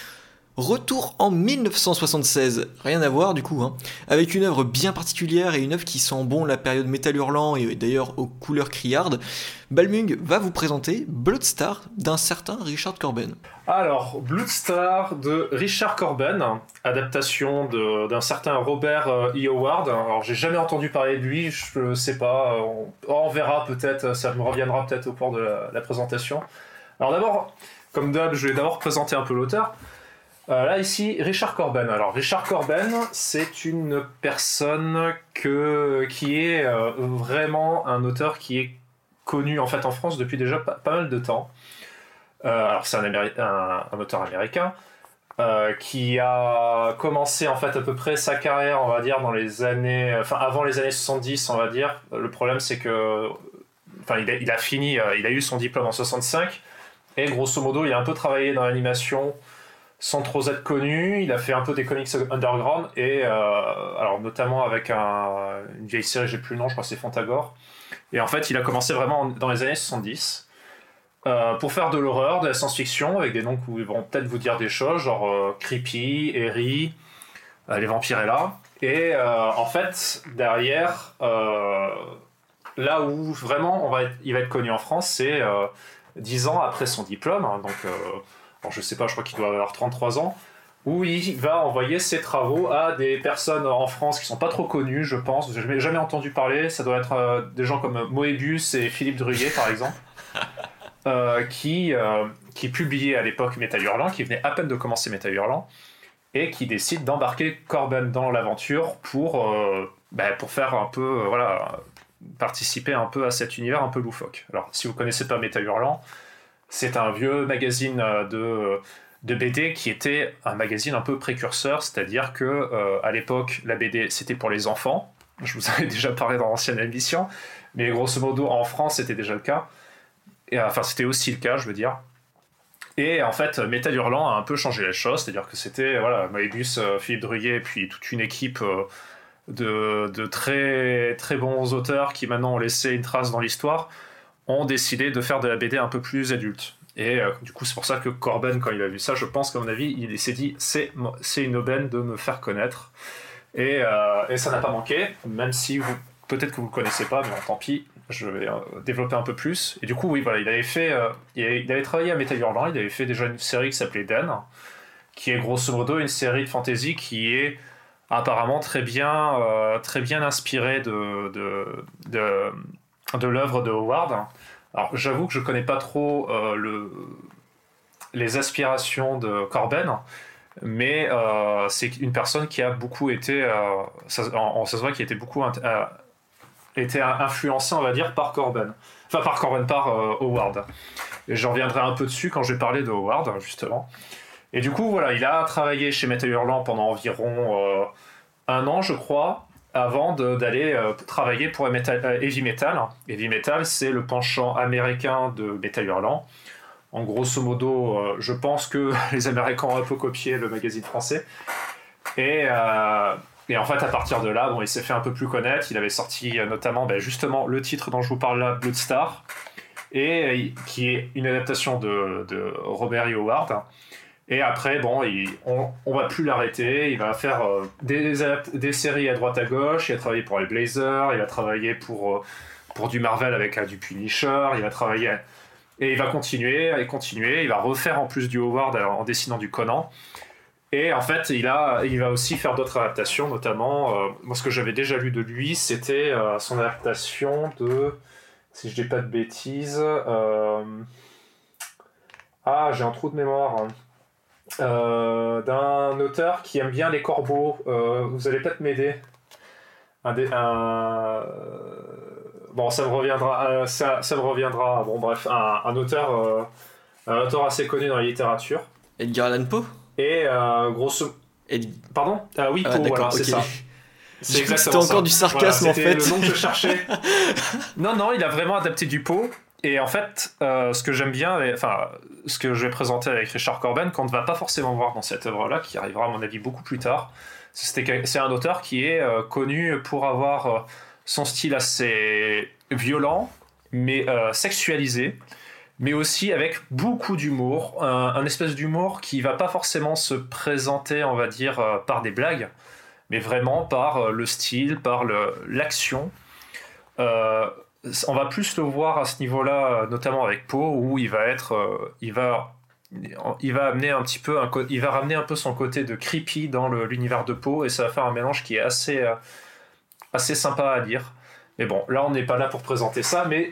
Retour en dix-neuf cent soixante-seize, rien à voir du coup, hein, avec une œuvre bien particulière et une œuvre qui sent bon la période Métal Hurlant et d'ailleurs aux couleurs criardes. Balmung va vous présenter Bloodstar d'un certain Richard Corben. Alors, Bloodstar de Richard Corben, adaptation de, d'un certain Robert E. Howard. Alors, j'ai jamais entendu parler de lui, je sais pas, on, on verra peut-être, ça me reviendra peut-être au cours de la, la présentation. Alors d'abord, comme d'hab, je vais d'abord présenter un peu l'auteur. Euh, là ici, Richard Corben. Alors Richard Corben, c'est une personne que, qui est euh, vraiment un auteur qui est connu en fait en France depuis déjà pas, pas mal de temps. Euh, alors c'est un, Améri- un, un auteur américain euh, qui a commencé en fait à peu près sa carrière, on va dire dans les années, enfin avant les années soixante-dix, on va dire. Le problème c'est que, enfin il a, il a fini, euh, il a eu son diplôme en soixante-cinq et grosso modo il a un peu travaillé dans l'animation sans trop être connu. Il a fait un peu des comics underground et euh, alors notamment avec un, une vieille série, j'ai plus le nom, je crois que c'est Fantagore. Et en fait, il a commencé vraiment dans les années soixante-dix euh, pour faire de l'horreur, de la science-fiction avec des noms qui vont peut-être vous dire des choses, genre euh, Creepy, Eerie, euh, Les Vampirella. Et euh, en fait, derrière, euh, là où vraiment on va être, il va être connu en France, c'est euh, dix ans après son diplôme, hein, donc. Euh, Alors je sais pas, je crois qu'il doit avoir trente-trois ans, où il va envoyer ses travaux à des personnes en France qui sont pas trop connues, je pense. Je n'ai jamais entendu parler. Ça doit être euh, des gens comme Moebius et Philippe Druillet, par exemple, euh, qui, euh, qui publiaient à l'époque Métal Hurlant, qui venaient à peine de commencer Métal Hurlant, et qui décident d'embarquer Corben dans l'aventure pour, euh, bah, pour faire un peu, euh, voilà, participer un peu à cet univers un peu loufoque. Alors, si vous connaissez pas Métal Hurlant, c'est un vieux magazine de, de B D qui était un magazine un peu précurseur, c'est-à-dire que euh, à l'époque, la B D c'était pour les enfants. Je vous en avais déjà parlé dans l'ancienne émission, mais grosso modo en France c'était déjà le cas. Et, enfin, c'était aussi le cas, je veux dire. Et en fait, Métal Hurlant a un peu changé les choses, c'est-à-dire que c'était voilà, Moebius, Philippe Druillet, et puis toute une équipe euh, de, de très, très bons auteurs qui maintenant ont laissé une trace dans l'histoire, ont décidé de faire de la B D un peu plus adulte. Et euh, du coup, c'est pour ça que Corben, quand il a vu ça, je pense qu'à mon avis, il s'est dit c'est, c'est une aubaine de me faire connaître. Et, euh, et ça n'a pas manqué, même si vous, peut-être que vous ne le connaissez pas, mais bon, tant pis, je vais euh, développer un peu plus. Et du coup, oui, voilà, il avait, fait, euh, il avait, il avait travaillé à Métal Hurlant, il avait fait déjà une série qui s'appelait Den, qui est grosso modo une série de fantasy qui est apparemment très bien, euh, très bien inspirée de, de, de, de l'œuvre de Howard. Alors j'avoue que je connais pas trop euh, le, les aspirations de Corben, mais euh, c'est une personne qui a beaucoup été, euh, ça, en, ça se voit, qui a été beaucoup euh, été influencée, on va dire, par Corben. Enfin, par Corben, par euh, Howard. Et j'en reviendrai un peu dessus quand je vais parler de Howard, justement. Et du coup, voilà, il a travaillé chez Metal Hurlant pendant environ euh, un an, je crois, avant de, d'aller euh, travailler pour Metal, euh, Heavy Metal. Heavy Metal, c'est le penchant américain de Metal Hurlant. En grosso modo, euh, je pense que les Américains ont un peu copié le magazine français. Et, euh, et en fait, à partir de là, bon, il s'est fait un peu plus connaître. Il avait sorti euh, notamment, ben, justement, le titre dont je vous parle là, Bloodstar, et euh, qui est une adaptation de, de Robert E. Howard. Et après, bon, il, on, on va plus l'arrêter. Il va faire euh, des, des séries à droite à gauche. Il va travailler pour les Blazers. Il va travailler pour, euh, pour du Marvel avec euh, du Punisher. Il va travailler... Et il va continuer et continuer. Il va refaire en plus du Howard en dessinant du Conan. Et en fait, il, a, il va aussi faire d'autres adaptations, notamment... Euh, moi, ce que j'avais déjà lu de lui, c'était euh, son adaptation de... Si je dis pas de bêtises... Euh, ah, j'ai un trou de mémoire... Euh, d'un auteur qui aime bien les corbeaux. Euh, vous allez peut-être m'aider. Un, dé, un bon, ça me reviendra. Euh, ça, ça me reviendra. Bon, bref, un, un auteur, euh, un auteur assez connu dans la littérature. Edgar Allan Poe. Et euh, grosso. Ed... Pardon. Ah oui, ah, Poe. Voilà, okay. C'est ça. C'est exactement c'était encore ça. Du sarcasme voilà, en fait. Le nom que je cherchais. non, non, il a vraiment adapté du Poe. Et en fait, euh, ce que j'aime bien, enfin, ce que je vais présenter avec Richard Corben, qu'on ne va pas forcément voir dans cette œuvre-là, qui arrivera à mon avis beaucoup plus tard, c'était, c'est un auteur qui est euh, connu pour avoir euh, son style assez violent, mais euh, sexualisé, mais aussi avec beaucoup d'humour, un, un espèce d'humour qui va pas forcément se présenter, on va dire, euh, par des blagues, mais vraiment par euh, le style, par le, l'action. Euh, On va plus le voir à ce niveau-là, notamment avec Poe, où il va être, euh, il va, il va amener un petit peu, un, il va ramener un peu son côté de creepy dans le, l'univers de Poe, et ça va faire un mélange qui est assez, euh, assez sympa à lire. Mais bon, là on n'est pas là pour présenter ça, mais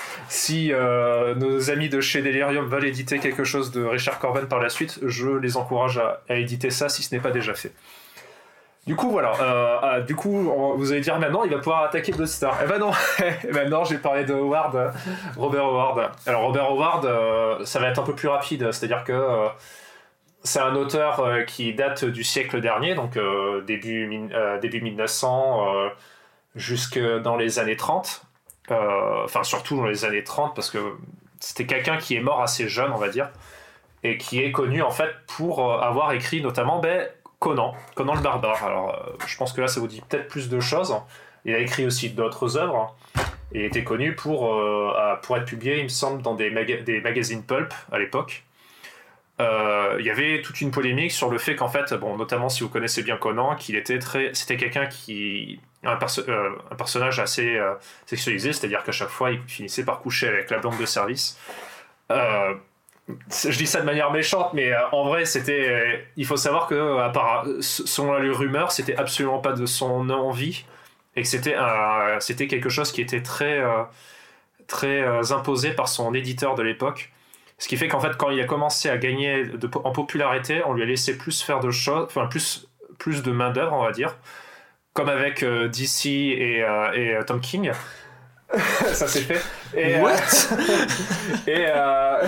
si euh, nos amis de chez Delirium veulent éditer quelque chose de Richard Corben par la suite, je les encourage à, à éditer ça si ce n'est pas déjà fait. Du coup, voilà. Euh, ah, du coup, on, vous allez dire maintenant, il va pouvoir attaquer Bloodstar. Eh ben non. Maintenant, j'ai parlé de Howard, Robert Howard. Alors, Robert Howard, euh, ça va être un peu plus rapide. C'est-à-dire que euh, c'est un auteur euh, qui date du siècle dernier, donc euh, début, euh, début mille neuf cents, euh, jusque dans les années trente. Euh, enfin, surtout dans les années trente, parce que c'était quelqu'un qui est mort assez jeune, on va dire, et qui est connu, en fait, pour euh, avoir écrit notamment... Ben, Conan, Conan le barbare. Alors, euh, je pense que là, ça vous dit peut-être plus de choses. Il a écrit aussi d'autres œuvres. Et il était connu pour, euh, pour être publié, il me semble, dans des, maga- des magazines pulp à l'époque. Euh, il y avait toute une polémique sur le fait qu'en fait, bon, notamment si vous connaissez bien Conan, qu'il était très, c'était quelqu'un qui, un, perso- euh, un personnage assez euh, sexualisé, c'est-à-dire qu'à chaque fois, il finissait par coucher avec la blonde de service. Euh, Je dis ça de manière méchante, mais euh, en vrai, c'était. Euh, il faut savoir que, euh, à part, selon les rumeurs, c'était absolument pas de son envie et que c'était, un, c'était quelque chose qui était très, euh, très euh, imposé par son éditeur de l'époque. Ce qui fait qu'en fait, quand il a commencé à gagner de, en popularité, on lui a laissé plus faire de choses, enfin plus, plus de main d'œuvre, on va dire, comme avec euh, D C et, euh, et euh, Tom King. Ça s'est fait. Et, What euh, et euh...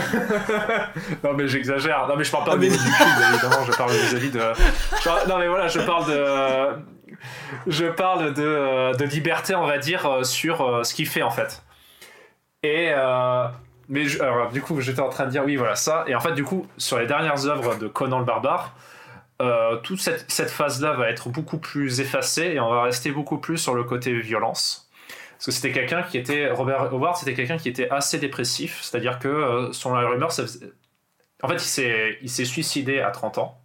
non mais j'exagère. Non mais je parle pas vis-à-vis du cul, évidemment. Je parle vis-à-vis de. Parle... Non mais voilà, je parle de. Je parle de, de liberté, on va dire, sur ce qu'il fait en fait. Et euh... mais je... alors, du coup, j'étais en train de dire oui, voilà ça. Et en fait, du coup, sur les dernières œuvres de Conan le barbare, euh, toute cette, cette phase-là va être beaucoup plus effacée et on va rester beaucoup plus sur le côté violence. Parce que c'était quelqu'un qui était... Robert Howard, c'était quelqu'un qui était assez dépressif. C'est-à-dire que, euh, selon la rumeur, ça faisait... En fait, il s'est, il s'est suicidé à trente ans.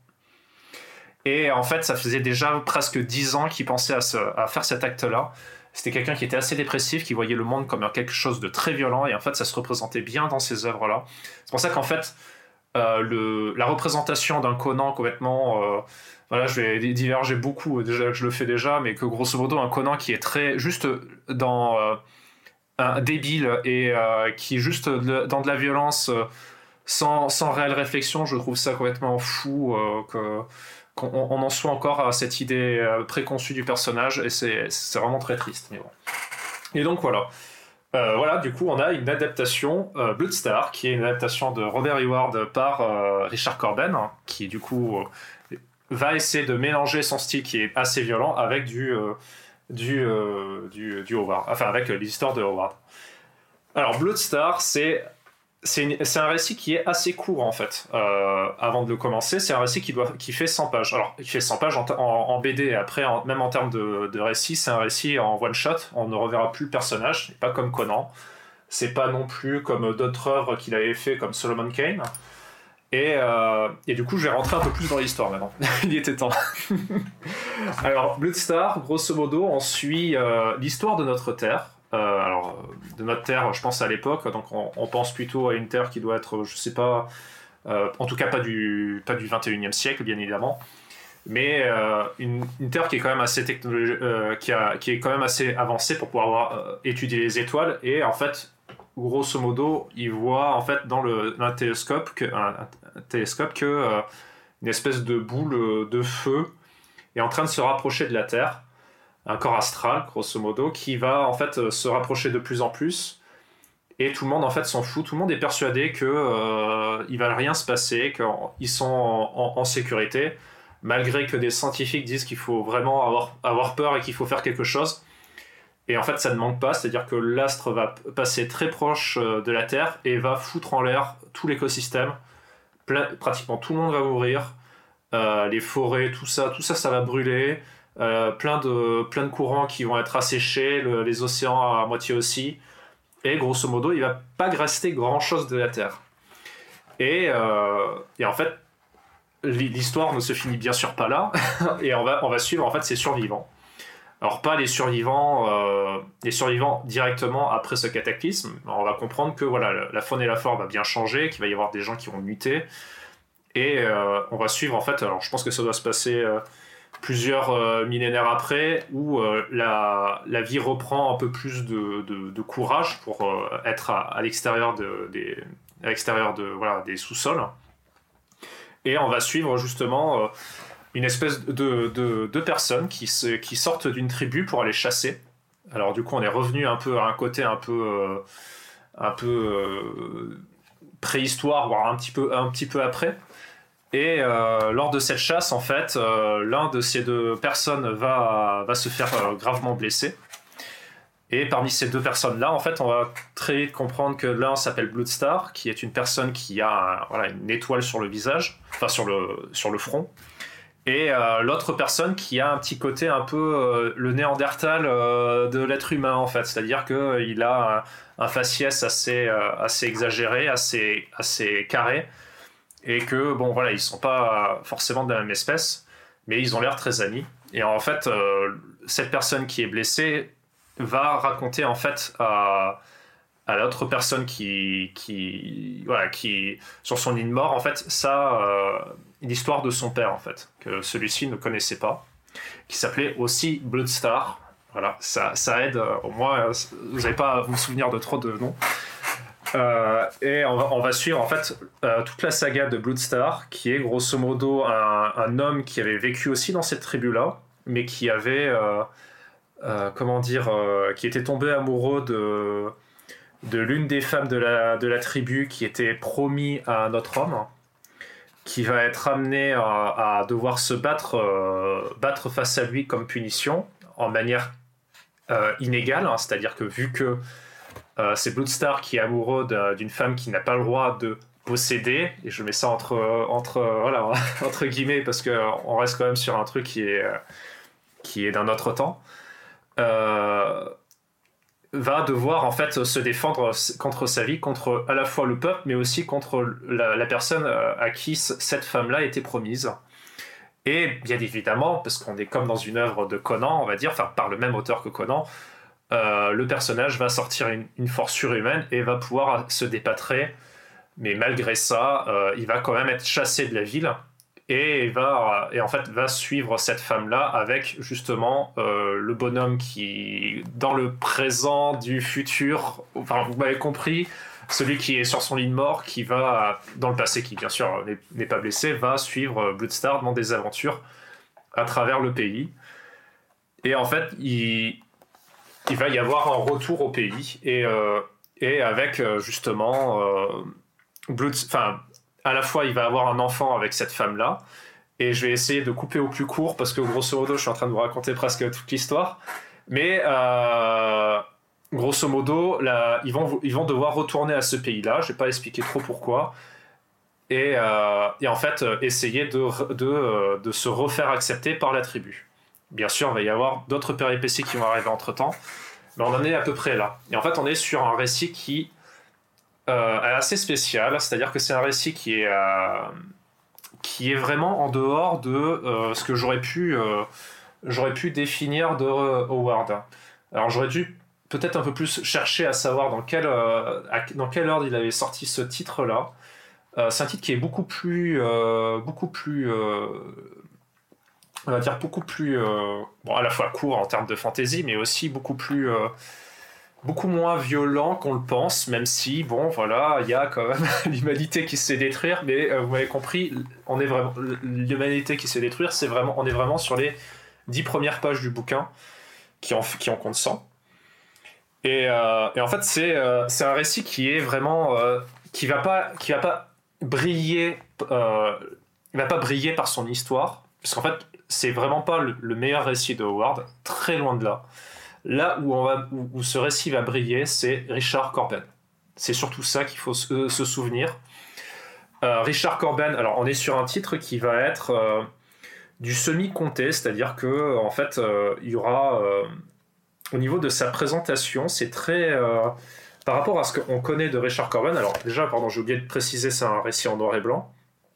Et en fait, ça faisait déjà presque dix ans qu'il pensait à, se, à faire cet acte-là. C'était quelqu'un qui était assez dépressif, qui voyait le monde comme quelque chose de très violent. Et en fait, ça se représentait bien dans ces œuvres-là. C'est pour ça qu'en fait, euh, le, la représentation d'un Conan complètement... Euh, Voilà, je vais diverger beaucoup, déjà que je le fais déjà, mais que grosso modo, un Conan qui est très juste dans euh, un débile et euh, qui est juste de, dans de la violence euh, sans, sans réelle réflexion. Je trouve ça complètement fou euh, que, qu'on on en soit encore à cette idée euh, préconçue du personnage, et c'est, c'est vraiment très triste. Mais bon. Et donc voilà. Euh, voilà, du coup, on a une adaptation, euh, Bloodstar, qui est une adaptation de Robert Ewart par euh, Richard Corben, hein, qui du coup euh, va essayer de mélanger son style qui est assez violent avec du, euh, du, euh, du, du Howard, enfin avec euh, l'histoire de Howard. Alors, Bloodstar, c'est, c'est, une, c'est un récit qui est assez court en fait. Euh, avant de le commencer, c'est un récit qui, doit, qui fait cent pages. Alors, qui fait cent pages en, en, en B D, et après, en, même en termes de, de récit, c'est un récit en one-shot. On ne reverra plus le personnage, c'est pas comme Conan. C'est pas non plus comme d'autres œuvres qu'il avait fait, comme Solomon Kane. Et, euh, et du coup, je vais rentrer un peu plus dans l'histoire maintenant. Il était temps. Alors, Bloodstar, grosso modo, on suit euh, l'histoire de notre Terre. Euh, alors, de notre Terre, je pense à l'époque, donc on, on pense plutôt à une Terre qui doit être, je sais pas, euh, en tout cas pas du, pas du vingt et unième siècle, bien évidemment, mais euh, une, une Terre qui est quand même assez technologique, euh, qui, a, qui est quand même assez avancée pour pouvoir avoir, euh, étudier les étoiles, et en fait, grosso modo, ils voient en fait dans le, dans le télescope que, un, un télescope que euh, une espèce de boule de feu est en train de se rapprocher de la Terre. Un corps astral, grosso modo, qui va en fait se rapprocher de plus en plus, et tout le monde en fait s'en fout. Tout le monde est persuadé que euh, il va rien se passer, qu'ils sont en, en, en sécurité, malgré que des scientifiques disent qu'il faut vraiment avoir, avoir peur et qu'il faut faire quelque chose. Et en fait, ça ne manque pas, c'est-à-dire que l'astre va passer très proche de la Terre et va foutre en l'air tout l'écosystème. Plein, pratiquement tout le monde va mourir, euh, les forêts, tout ça, tout ça, ça va brûler. Euh, plein, de, plein de courants qui vont être asséchés, le, les océans à moitié aussi, et grosso modo il va pas rester grand chose de la Terre. Et, euh, et en fait l'histoire ne se finit bien sûr pas là, et on va, on va suivre en fait ces survivants. Alors pas les survivants, euh, les survivants directement après ce cataclysme. On va comprendre que voilà, la faune et la flore va bien changer, qu'il va y avoir des gens qui vont muter, et euh, on va suivre en fait, alors je pense que ça doit se passer euh, plusieurs euh, millénaires après, où euh, la, la vie reprend un peu plus de, de, de courage pour euh, être à, à l'extérieur, de, des, à l'extérieur de, voilà, des sous-sols. Et on va suivre justement euh, une espèce de, de, de personnes qui, se, qui sortent d'une tribu pour aller chasser. Alors du coup, on est revenu un peu à un côté un peu, euh, un peu euh, préhistoire, voire un petit peu, un petit peu après. Et euh, lors de cette chasse, en fait, euh, l'un de ces deux personnes va, va se faire euh, gravement blesser. Et parmi ces deux personnes-là, en fait, on va très vite comprendre que l'un s'appelle Bloodstar, qui est une personne qui a un, voilà, une étoile sur le visage, enfin sur le, sur le front. Et euh, l'autre personne qui a un petit côté un peu euh, le Néandertal euh, de l'être humain, en fait. C'est-à-dire qu'il a un, un faciès assez, euh, assez exagéré, assez, assez carré. Et que, bon, voilà, ils sont pas forcément de la même espèce, mais ils ont l'air très amis. Et en fait, euh, cette personne qui est blessée va raconter, en fait, à, à l'autre personne qui, qui, voilà, qui, sur son lit de mort, en fait, ça, euh, l'histoire de son père, en fait, que celui-ci ne connaissait pas, qui s'appelait aussi Bloodstar. Voilà, ça, ça aide, euh, au moins, euh, vous n'avez pas à vous souvenir de trop de noms. Euh, et on va, on va suivre en fait euh, toute la saga de Bloodstar, qui est grosso modo un, un homme qui avait vécu aussi dans cette tribu-là, mais qui avait, euh, euh, comment dire, euh, qui était tombé amoureux de, de l'une des femmes de la, de la tribu qui était promis à un autre homme, qui va être amené à, à devoir se battre, euh, battre face à lui comme punition, en manière euh, inégale, hein, c'est-à-dire que vu que Euh, c'est Bloodstar qui est amoureux de, d'une femme qui n'a pas le droit de posséder, et je mets ça entre, entre, voilà, entre guillemets parce qu'on reste quand même sur un truc qui est, qui est d'un autre temps, euh, va devoir en fait se défendre contre sa vie, contre à la fois le peuple, mais aussi contre la, la personne à qui cette femme-là était promise. Et bien évidemment, parce qu'on est comme dans une œuvre de Conan, on va dire, enfin par le même auteur que Conan, Euh, le personnage va sortir une, une force surhumaine et va pouvoir se dépâtrer, mais malgré ça, euh, il va quand même être chassé de la ville, et va et en fait va suivre cette femme-là avec justement euh, le bonhomme qui, dans le présent du futur, enfin vous m'avez compris, celui qui est sur son lit de mort, qui va, dans le passé, qui bien sûr n'est, n'est pas blessé, va suivre Bloodstar dans des aventures à travers le pays. Et en fait, il, il va y avoir un retour au pays, et, euh, et avec justement, euh, Blood, enfin, à la fois il va avoir un enfant avec cette femme-là, et je vais essayer de couper au plus court, parce que grosso modo, je suis en train de vous raconter presque toute l'histoire, mais euh, grosso modo, là, ils, vont, ils vont devoir retourner à ce pays-là, je vais pas expliquer trop pourquoi, et, euh, et en fait, essayer de, de, de se refaire accepter par la tribu. Bien sûr, il va y avoir d'autres péripéties qui vont arriver entre-temps, mais on en est à peu près là. Et en fait, on est sur un récit qui euh, est assez spécial, c'est-à-dire que c'est un récit qui est... Euh, qui est vraiment en dehors de euh, ce que j'aurais pu, euh, j'aurais pu définir de euh, Howard. Alors j'aurais dû peut-être un peu plus chercher à savoir dans quel, euh, à, dans quel ordre il avait sorti ce titre-là. Euh, c'est un titre qui est beaucoup plus... Euh, beaucoup plus euh, on va dire beaucoup plus... Euh, bon, à la fois court en termes de fantasy, mais aussi beaucoup plus... Euh, beaucoup moins violent qu'on le pense, même si, bon, voilà, il y a quand même l'humanité qui se fait détruire, mais euh, vous m'avez compris, on est vraiment, l'humanité qui se fait détruire, c'est vraiment, on est vraiment sur les dix premières pages du bouquin qui en, qui en comptent cent. Et, euh, et en fait, c'est, euh, c'est un récit qui est vraiment... Euh, qui va pas, qui va pas briller... Euh, il va pas briller par son histoire, parce qu'en fait, c'est vraiment pas le, le meilleur récit de Howard, très loin de là. Là où, on va, où, où ce récit va briller, c'est Richard Corben. C'est surtout ça qu'il faut se, se souvenir. Euh, Richard Corben, alors on est sur un titre qui va être euh, du semi-comté, c'est-à-dire que en fait, euh, il y aura euh, au niveau de sa présentation, c'est très euh, par rapport à ce qu'on connaît de Richard Corben. Alors déjà, pardon, j'ai oublié de préciser, c'est un récit en noir et blanc.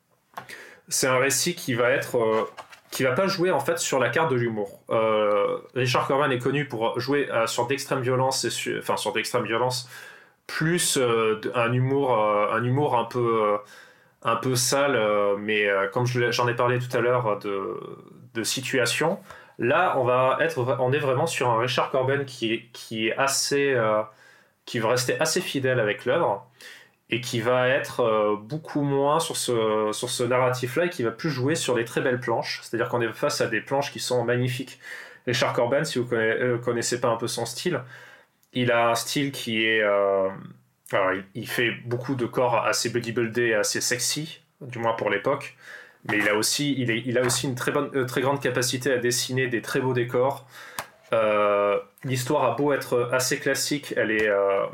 C'est un récit qui va être euh, qui va pas jouer en fait sur la carte de l'humour. Euh, Richard Corben est connu pour jouer euh, sur d'extrême violence, et su- enfin sur d'extrême violence, plus euh, un humour, euh, un humour un peu, euh, un peu sale, euh, mais euh, comme je, j'en ai parlé tout à l'heure de, de situation. Là, on va être, on est vraiment sur un Richard Corben qui est, qui est assez, euh, qui va rester assez fidèle avec l'œuvre. Et qui va être euh, beaucoup moins sur ce, sur ce narratif-là et qui va plus jouer sur les très belles planches. C'est-à-dire qu'on est face à des planches qui sont magnifiques. Richard Corben, si vous connaissez, euh, connaissez pas un peu son style, il a un style qui est... Euh, alors, il, il fait beaucoup de corps assez bodybuildés et assez sexy, du moins pour l'époque, mais il a aussi, il est, il a aussi une très, bonne, euh, très grande capacité à dessiner des très beaux décors. Euh, l'histoire a beau être assez classique, elle est... Euh,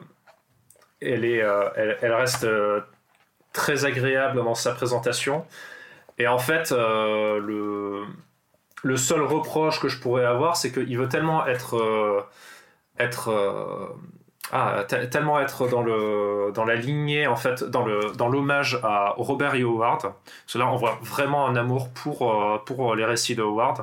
Elle, est, euh, elle, elle reste euh, très agréable dans sa présentation. Et en fait, euh, le, le seul reproche que je pourrais avoir, c'est qu'il veut tellement être, euh, être, euh, ah, t- tellement être dans, le, dans la lignée, en fait, dans, le, dans l'hommage à Robert E. Howard. Parce que là, on voit vraiment un amour pour, euh, pour les récits de Howard,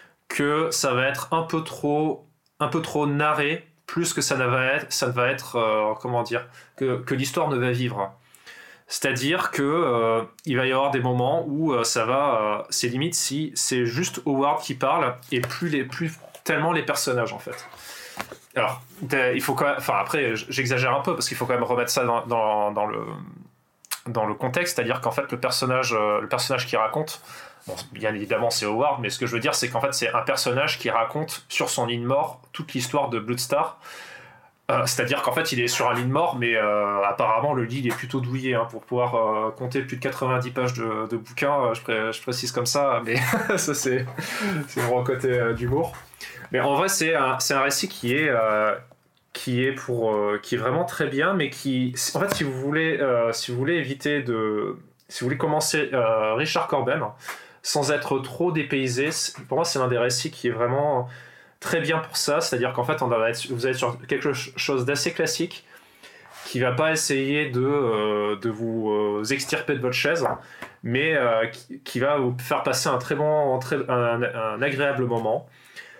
que ça va être un peu trop, un peu trop narré. Plus que ça ne va être, ça ne va être euh, comment dire, que, que l'histoire ne va vivre. C'est-à-dire que euh, il va y avoir des moments où euh, ça va, euh, c'est limite si c'est juste Howard qui parle et plus les, plus tellement les personnages en fait. Alors, il faut quand même, enfin après, j'exagère un peu parce qu'il faut quand même remettre ça dans, dans, dans le dans le contexte, c'est-à-dire qu'en fait le personnage, euh, le personnage qui raconte. Bon, bien évidemment, c'est Howard, mais ce que je veux dire, c'est qu'en fait, c'est un personnage qui raconte sur son lit de mort toute l'histoire de Bloodstar. Euh, c'est-à-dire qu'en fait, il est sur un lit de mort, mais euh, apparemment, le lit il est plutôt douillé hein, pour pouvoir euh, compter plus de quatre-vingt-dix pages de, de bouquins. Euh, je, pré- je précise comme ça, mais ça, c'est, c'est mon côté euh, d'humour. Mais en vrai, c'est un, c'est un récit qui est, euh, qui, est pour, euh, qui est vraiment très bien, mais qui, en fait, si vous voulez, euh, si vous voulez éviter de. Si vous voulez commencer euh, Richard Corben, sans être trop dépaysé, pour moi c'est l'un des récits qui est vraiment très bien pour ça, c'est-à-dire qu'en fait on va être, vous allez être sur quelque chose d'assez classique qui va pas essayer de, euh, de vous euh, extirper de votre chaise, mais euh, qui, qui va vous faire passer un très bon, un, très, un, un agréable moment.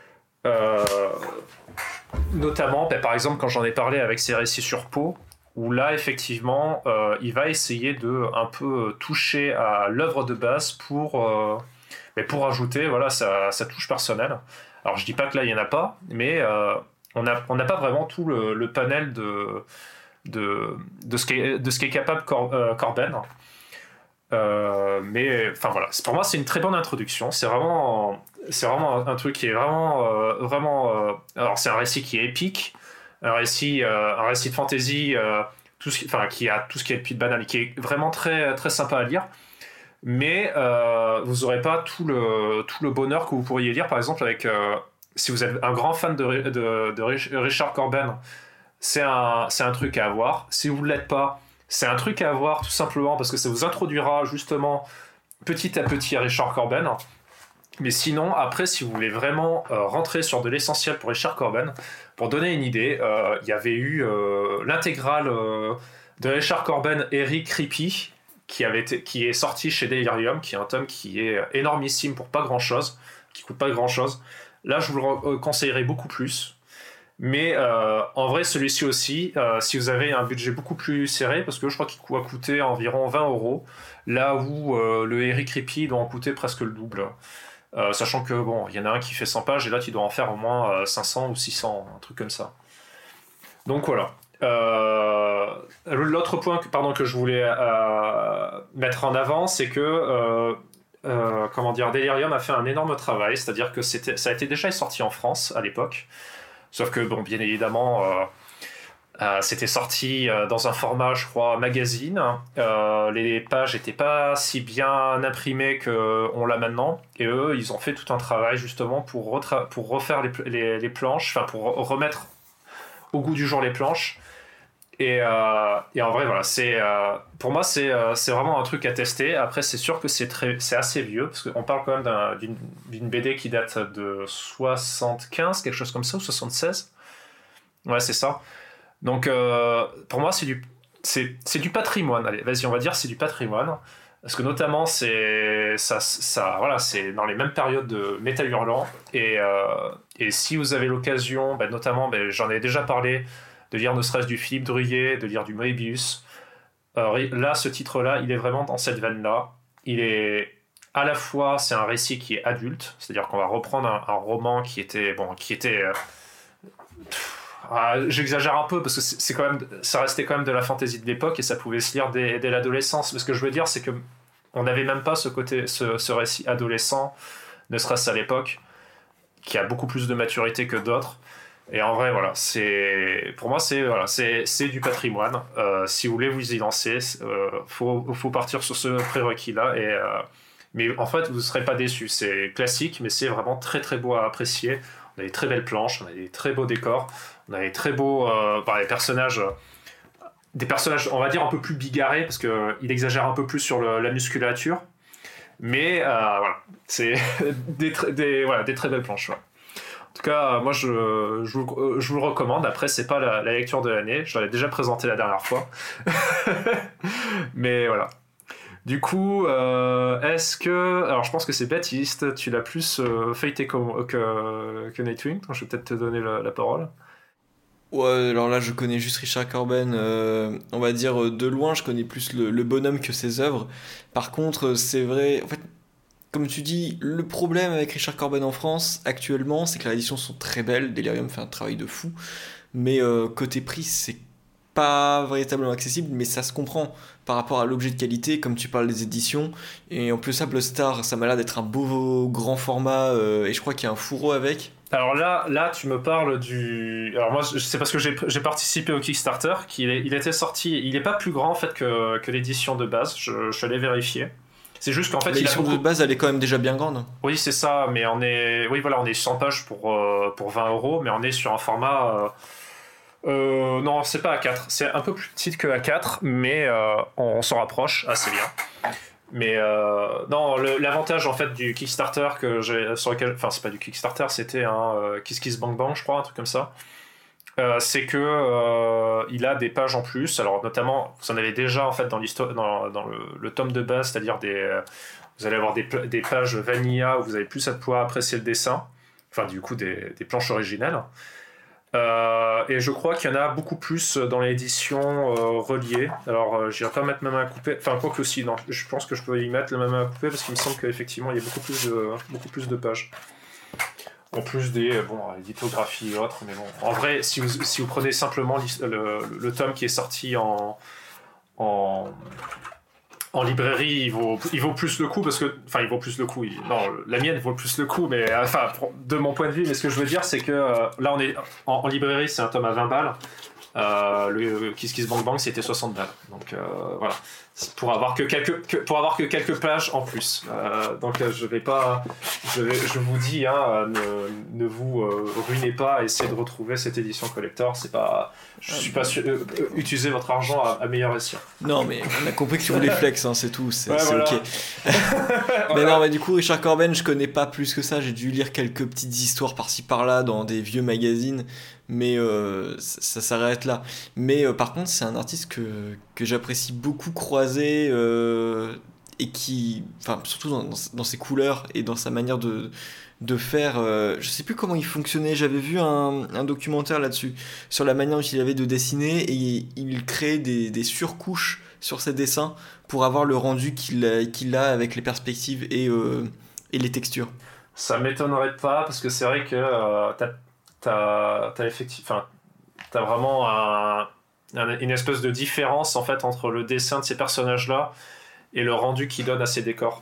Euh, notamment, bah, par exemple quand j'en ai parlé avec ces récits sur Poe, où là effectivement euh, il va essayer de un peu toucher à l'œuvre de base pour, euh, mais pour ajouter voilà, sa, sa touche personnelle. Alors je dis pas que là il n'y en a pas, mais euh, on n'a on n'a pas vraiment tout le, le panel de, de, de, ce, qui est, de ce qui est capable Cor, euh, Corben. Euh, mais enfin voilà, pour moi c'est une très bonne introduction. C'est vraiment, c'est vraiment un, un truc qui est vraiment, euh, vraiment. Euh, alors c'est un récit qui est épique, un récit, euh, un récit de fantasy, euh, tout ce qui, enfin qui a tout ce qui est de banal, et qui est vraiment très, très sympa à lire. Mais euh, vous n'aurez pas tout le, tout le bonheur que vous pourriez lire, par exemple, avec euh, si vous êtes un grand fan de, de, de Richard Corben, c'est un, c'est un truc à avoir. Si vous ne l'êtes pas, c'est un truc à avoir tout simplement parce que ça vous introduira justement petit à petit à Richard Corben. Mais sinon, après, si vous voulez vraiment euh, rentrer sur de l'essentiel pour Richard Corben, pour donner une idée, euh, il y avait eu euh, l'intégrale euh, de Richard Corben, Eric Creepy, qui, avait été, qui est sorti chez Delirium, qui est un tome qui est énormissime pour pas grand-chose, qui coûte pas grand-chose. Là, je vous le conseillerais beaucoup plus. Mais euh, en vrai, celui-ci aussi, euh, si vous avez un budget beaucoup plus serré, parce que je crois qu'il va coûter environ vingt euros, là où euh, le Eric Creepy doit en coûter presque le double. Euh, sachant que bon, il y en a un qui fait cent pages et l'autre il doit en faire au moins euh, cinq cents ou six cents, un truc comme ça. Donc voilà. Euh, l'autre point que, pardon, que je voulais euh, mettre en avant, c'est que euh, euh, comment dire, Delirium a fait un énorme travail, c'est-à-dire que c'était, ça a été déjà sorti en France à l'époque, sauf que bon, bien évidemment euh, euh, c'était sorti euh, dans un format, je crois, magazine. Euh, les pages n'étaient pas si bien imprimées qu'on l'a maintenant, et eux ils ont fait tout un travail justement pour, retra- pour refaire les, les, les planches, enfin pour remettre au goût du jour les planches. Et, euh, et en vrai, voilà, c'est, euh, pour moi, c'est, euh, c'est vraiment un truc à tester. Après, c'est sûr que c'est, très, c'est assez vieux, parce qu'on parle quand même d'un, d'une, d'une B D qui date de soixante-quinze, quelque chose comme ça, ou soixante-seize. Ouais, c'est ça. Donc, euh, pour moi, c'est du, c'est, c'est du patrimoine. Allez, vas-y, on va dire c'est du patrimoine. Parce que notamment, c'est, ça, ça, voilà, c'est dans les mêmes périodes de Métal Hurlant. Et, euh, et si vous avez l'occasion, bah, notamment, bah, j'en ai déjà parlé, de lire ne serait-ce du Philippe Druillet, de lire du Moebius. Euh, là, ce titre-là, il est vraiment dans cette veine-là. Il est à la fois, c'est un récit qui est adulte, c'est-à-dire qu'on va reprendre un, un roman qui était, bon, qui était, euh, pff, ah, j'exagère un peu parce que c'est, c'est quand même, ça restait quand même de la fantaisie de l'époque et ça pouvait se lire dès, dès l'adolescence. Mais ce que je veux dire, c'est que on n'avait même pas ce côté, ce, ce récit adolescent, ne serait-ce à l'époque, qui a beaucoup plus de maturité que d'autres. Et en vrai, voilà, c'est, pour moi, c'est, voilà, c'est, c'est du patrimoine. Euh, si vous voulez vous y lancer, il euh, faut, faut partir sur ce prérequis-là. Et, euh, mais en fait, vous ne serez pas déçus. C'est classique, mais c'est vraiment très très beau à apprécier. On a des très belles planches, on a des très beaux décors, on a des très beaux euh, bah, des personnages, des personnages, on va dire, un peu plus bigarrés, parce qu'il exagère un peu plus sur le, la musculature. Mais euh, voilà, c'est des, des, voilà, des très belles planches. Ouais. En tout cas, moi, je, je, vous, je vous le recommande. Après, c'est pas la, la lecture de l'année. Je l'avais déjà présenté la dernière fois. Mais voilà. Du coup, euh, est-ce que... Alors, je pense que c'est Baptiste. Tu l'as plus euh, feuilleté que, que, que Nightwing. Donc, je vais peut-être te donner la, la parole. Ouais, alors là, je connais juste Richard Corben. Euh, on va dire, de loin, je connais plus le, le bonhomme que ses œuvres. Par contre, c'est vrai... En fait, comme tu dis, le problème avec Richard Corben en France actuellement, c'est que les éditions sont très belles. Delirium fait un travail de fou, mais euh, côté prix, c'est pas véritablement accessible, mais ça se comprend par rapport à l'objet de qualité, comme tu parles des éditions. Et en plus, ça, Blood Star, ça m'a l'air d'être un beau grand format, euh, et je crois qu'il y a un fourreau avec. Alors là, là, tu me parles du. Alors moi, c'est parce que j'ai, j'ai participé au Kickstarter, qu'il est, il était sorti. Il est pas plus grand en fait que, que l'édition de base. Je, je l'ai vérifié. C'est juste qu'en fait, l'édition il a beaucoup... de base, elle est quand même déjà bien grande. Oui, c'est ça, mais on est, oui, voilà, on est cent pages pour euh, pour vingt euros, mais on est sur un format. Euh... Euh, non, c'est pas A quatre, c'est un peu plus petit que A quatre, mais euh, on, on s'en rapproche assez bien. Mais euh, non, le, l'avantage en fait du Kickstarter que j'ai sur lequel, enfin c'est pas du Kickstarter, c'était un euh, Kiss Kiss Bang Bang, je crois, un truc comme ça. Euh, c'est que euh, il a des pages en plus. Alors notamment, vous en avez déjà en fait dans l'histoire, dans, dans le, le tome de base, c'est-à-dire des, euh, vous allez avoir des, des pages vanilla où vous allez plus pouvoir apprécier le dessin, enfin du coup des, des planches originales. Euh, et je crois qu'il y en a beaucoup plus dans l'édition euh, reliée. Alors euh, j'irai pas mettre ma main à couper, enfin quoi que aussi, non, je pense que je peux y mettre la main à couper parce qu'il me semble qu'effectivement il y a beaucoup plus de, beaucoup plus de pages. en plus des bon, lithographies et autres. Mais bon, en vrai, si vous, si vous prenez simplement le, le, le tome qui est sorti en, en, en librairie, il vaut, il vaut plus le coup, parce que, enfin, il vaut plus le coup, il, non, la mienne vaut plus le coup, mais enfin, de mon point de vue, mais ce que je veux dire, c'est que euh, là, on est en, en librairie, c'est un tome à vingt balles. Euh, le Kiss Kiss Bang Bang c'était soixante balles, donc euh, voilà, pour avoir que quelques que, pour avoir que quelques pages en plus, euh, donc euh, je vais pas je, vais, je vous dis hein, ne, ne vous euh, ruinez pas, essayez de retrouver cette édition collector, c'est pas, je suis pas sûr, euh, euh, utilisez votre argent à, à meilleur escient. Non mais on a compris que tu voulais flex, hein, c'est tout, c'est, ouais, c'est voilà. ok. Mais voilà. Non mais du coup Richard Corben je connais pas plus que ça, j'ai dû lire quelques petites histoires par-ci par-là dans des vieux magazines, mais euh, ça, ça s'arrête là. Mais euh, par contre c'est un artiste que, que j'apprécie beaucoup croiser euh, et qui, enfin surtout dans, dans, dans ses couleurs et dans sa manière de, de faire, euh, je sais plus comment il fonctionnait, j'avais vu un, un documentaire là-dessus, sur la manière dont il avait de dessiner, et il, il crée des, des surcouches sur ses dessins pour avoir le rendu qu'il a, qu'il a avec les perspectives et, euh, et les textures. Ça m'étonnerait pas, parce que c'est vrai que euh, t'as T'as, t'as, effecti- t'as vraiment un, un, une espèce de différence en fait entre le dessin de ces personnages-là et le rendu qu'ils donnent à ces décors.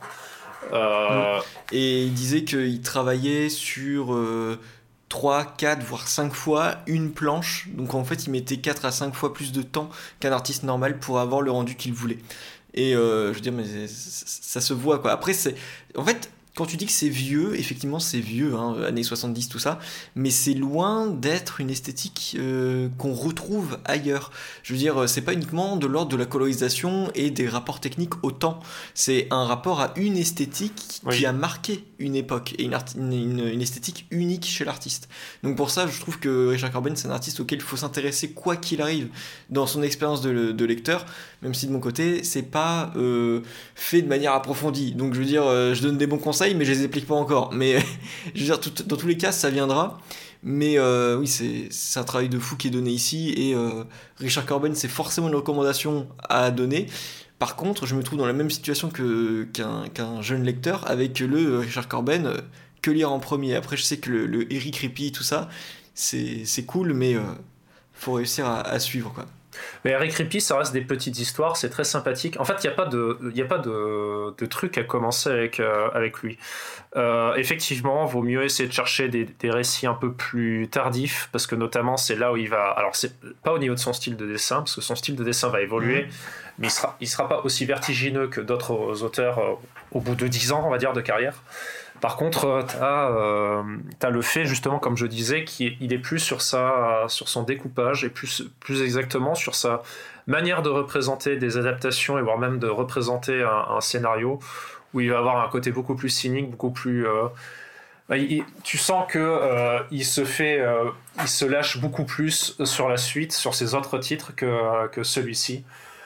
Euh... Et il disait qu'il travaillait sur euh, trois, quatre, voire cinq fois une planche. Donc en fait, il mettait quatre à cinq fois plus de temps qu'un artiste normal pour avoir le rendu qu'il voulait. Et euh, je veux dire, mais ça, ça se voit quoi. Après, c'est. En fait. Quand tu dis que c'est vieux, effectivement c'est vieux, hein, années soixante-dix, tout ça, mais c'est loin d'être une esthétique euh, qu'on retrouve ailleurs. Je veux dire, c'est pas uniquement de l'ordre de la colorisation et des rapports techniques au temps, c'est un rapport à une esthétique oui. qui a marqué une époque, et une, art- une, une, une esthétique unique chez l'artiste. Donc pour ça, je trouve que Richard Corben, c'est un artiste auquel il faut s'intéresser quoi qu'il arrive dans son expérience de, de lecteur, même si de mon côté, c'est pas euh, fait de manière approfondie. Donc je veux dire, euh, je donne des bons conseils, mais je les applique pas encore. Mais je veux dire, tout, dans tous les cas, ça viendra. Mais euh, oui, c'est, c'est un travail de fou qui est donné ici. Et euh, Richard Corben, c'est forcément une recommandation à donner. Par contre, je me trouve dans la même situation que, qu'un, qu'un jeune lecteur avec le Richard Corben. Euh, que lire en premier? Après, je sais que le, le Eric Rippey, tout ça, c'est, c'est cool, mais euh, faut réussir à, à suivre, quoi. Mais Eric Rippey, ça reste des petites histoires, c'est très sympathique. En fait, il n'y a pas de, il y a pas de, de truc à commencer avec, euh, avec lui. Euh, effectivement, vaut mieux essayer de chercher des, des récits un peu plus tardifs, parce que notamment, c'est là où il va... Alors, c'est pas au niveau de son style de dessin, parce que son style de dessin va évoluer, mmh. mais il sera, il sera pas aussi vertigineux que d'autres auteurs euh, au bout de dix ans, on va dire, de carrière. Par contre, tu as euh, le fait, justement, comme je disais, qu'il est plus sur, sa, sur son découpage et plus, plus exactement sur sa manière de représenter des adaptations et voire même de représenter un, un scénario où il va avoir un côté beaucoup plus cynique, beaucoup plus... Euh, il, tu sens qu'il euh, se fait, euh, il se lâche beaucoup plus sur la suite, sur ses autres titres que, que celui-ci.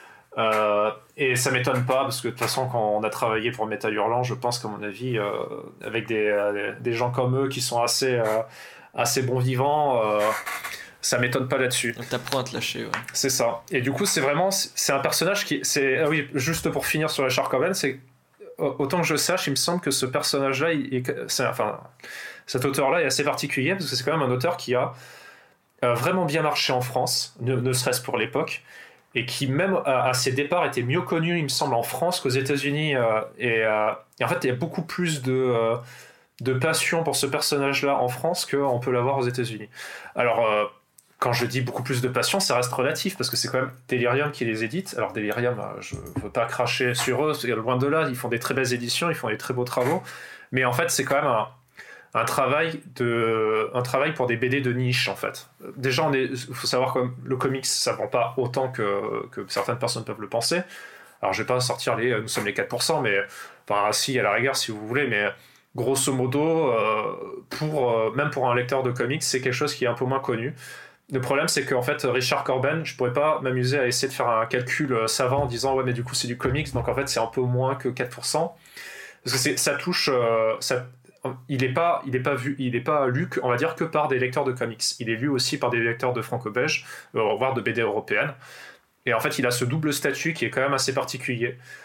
Euh, et ça m'étonne pas parce que de toute façon quand on a travaillé pour Métal Hurlant, je pense qu'à mon avis euh, avec des, euh, des gens comme eux qui sont assez, euh, assez bons vivants, euh, ça m'étonne pas là-dessus. T'apprends à te lâcher, ouais. C'est ça. Et du coup c'est vraiment c'est un personnage qui c'est ah oui juste pour finir sur Richard Corben, c'est autant que je sache, il me semble que ce personnage-là, il est, c'est, enfin cet auteur-là est assez particulier parce que c'est quand même un auteur qui a euh, vraiment bien marché en France, ne, ne serait-ce pour l'époque. Et qui même à, à ses départs était mieux connu, il me semble, en France qu'aux États-Unis. Euh, et, euh, et en fait, il y a beaucoup plus de, euh, de passion pour ce personnage-là en France qu'on peut l'avoir aux États-Unis. Alors, euh, quand je dis beaucoup plus de passion, ça reste relatif, parce que c'est quand même Delirium qui les édite. Alors, Delirium, euh, je ne veux pas cracher sur eux, loin de là, ils font des très belles éditions, ils font des très beaux travaux. Mais en fait, c'est quand même un... Un travail, de, un travail pour des B D de niche, en fait. Déjà, il faut savoir que le comics, ça ne vend pas autant que, que certaines personnes peuvent le penser. Alors, je ne vais pas sortir les... Nous sommes les quatre pour cent, mais... Enfin, si, à la rigueur, si vous voulez, mais grosso modo, euh, pour, euh, même pour un lecteur de comics, c'est quelque chose qui est un peu moins connu. Le problème, c'est qu'en fait, Richard Corben, je ne pourrais pas m'amuser à essayer de faire un calcul savant en disant « Ouais, mais du coup, c'est du comics, donc en fait, c'est un peu moins que quatre pour cent. » Parce que c'est, ça touche... Euh, ça, il n'est pas, il est pas vu, il est pas lu, on va dire, que par des lecteurs de comics. Il est lu aussi par des lecteurs de franco-belge, voire de B D européenne. Et en fait, il a ce double statut qui est quand même assez particulier.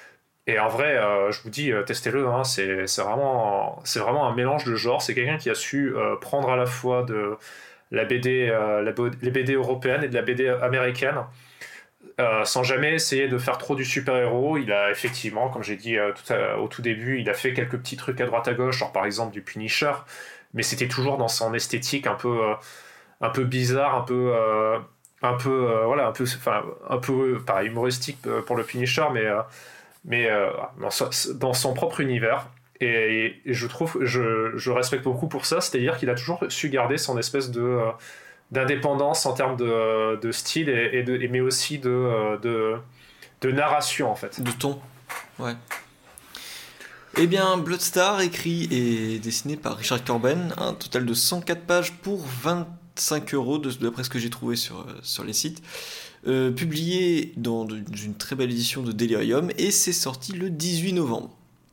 Et en vrai, euh, je vous dis, euh, testez-le, hein, c'est, c'est, vraiment, c'est vraiment un mélange de genres. C'est quelqu'un qui a su euh, prendre à la fois de la B D, euh, la, les B D européennes et de la B D américaine, euh, sans jamais essayer de faire trop du super-héros. Il a effectivement, comme j'ai dit euh, tout à, au tout début, il a fait quelques petits trucs à droite à gauche, genre par exemple du Punisher, mais c'était toujours dans son esthétique un peu, euh, un peu bizarre, un peu... Euh, un peu euh, voilà un peu enfin un peu pas humoristique pour le Punisher, mais euh, mais euh, dans, son, dans son propre univers. Et, et je trouve, je, je respecte beaucoup pour ça, c'est-à-dire qu'il a toujours su garder son espèce de euh, d'indépendance en termes de, de style et, et de, et, mais aussi de, de de narration en fait. De ton, ouais. Eh bien, Bloodstar, écrit et dessiné par Richard Corben, un total de cent quatre pages pour vingt-cinq euros, d'après ce que j'ai trouvé sur, sur les sites. Euh, publié dans une très belle édition de Delirium, et c'est sorti le dix-huit novembre.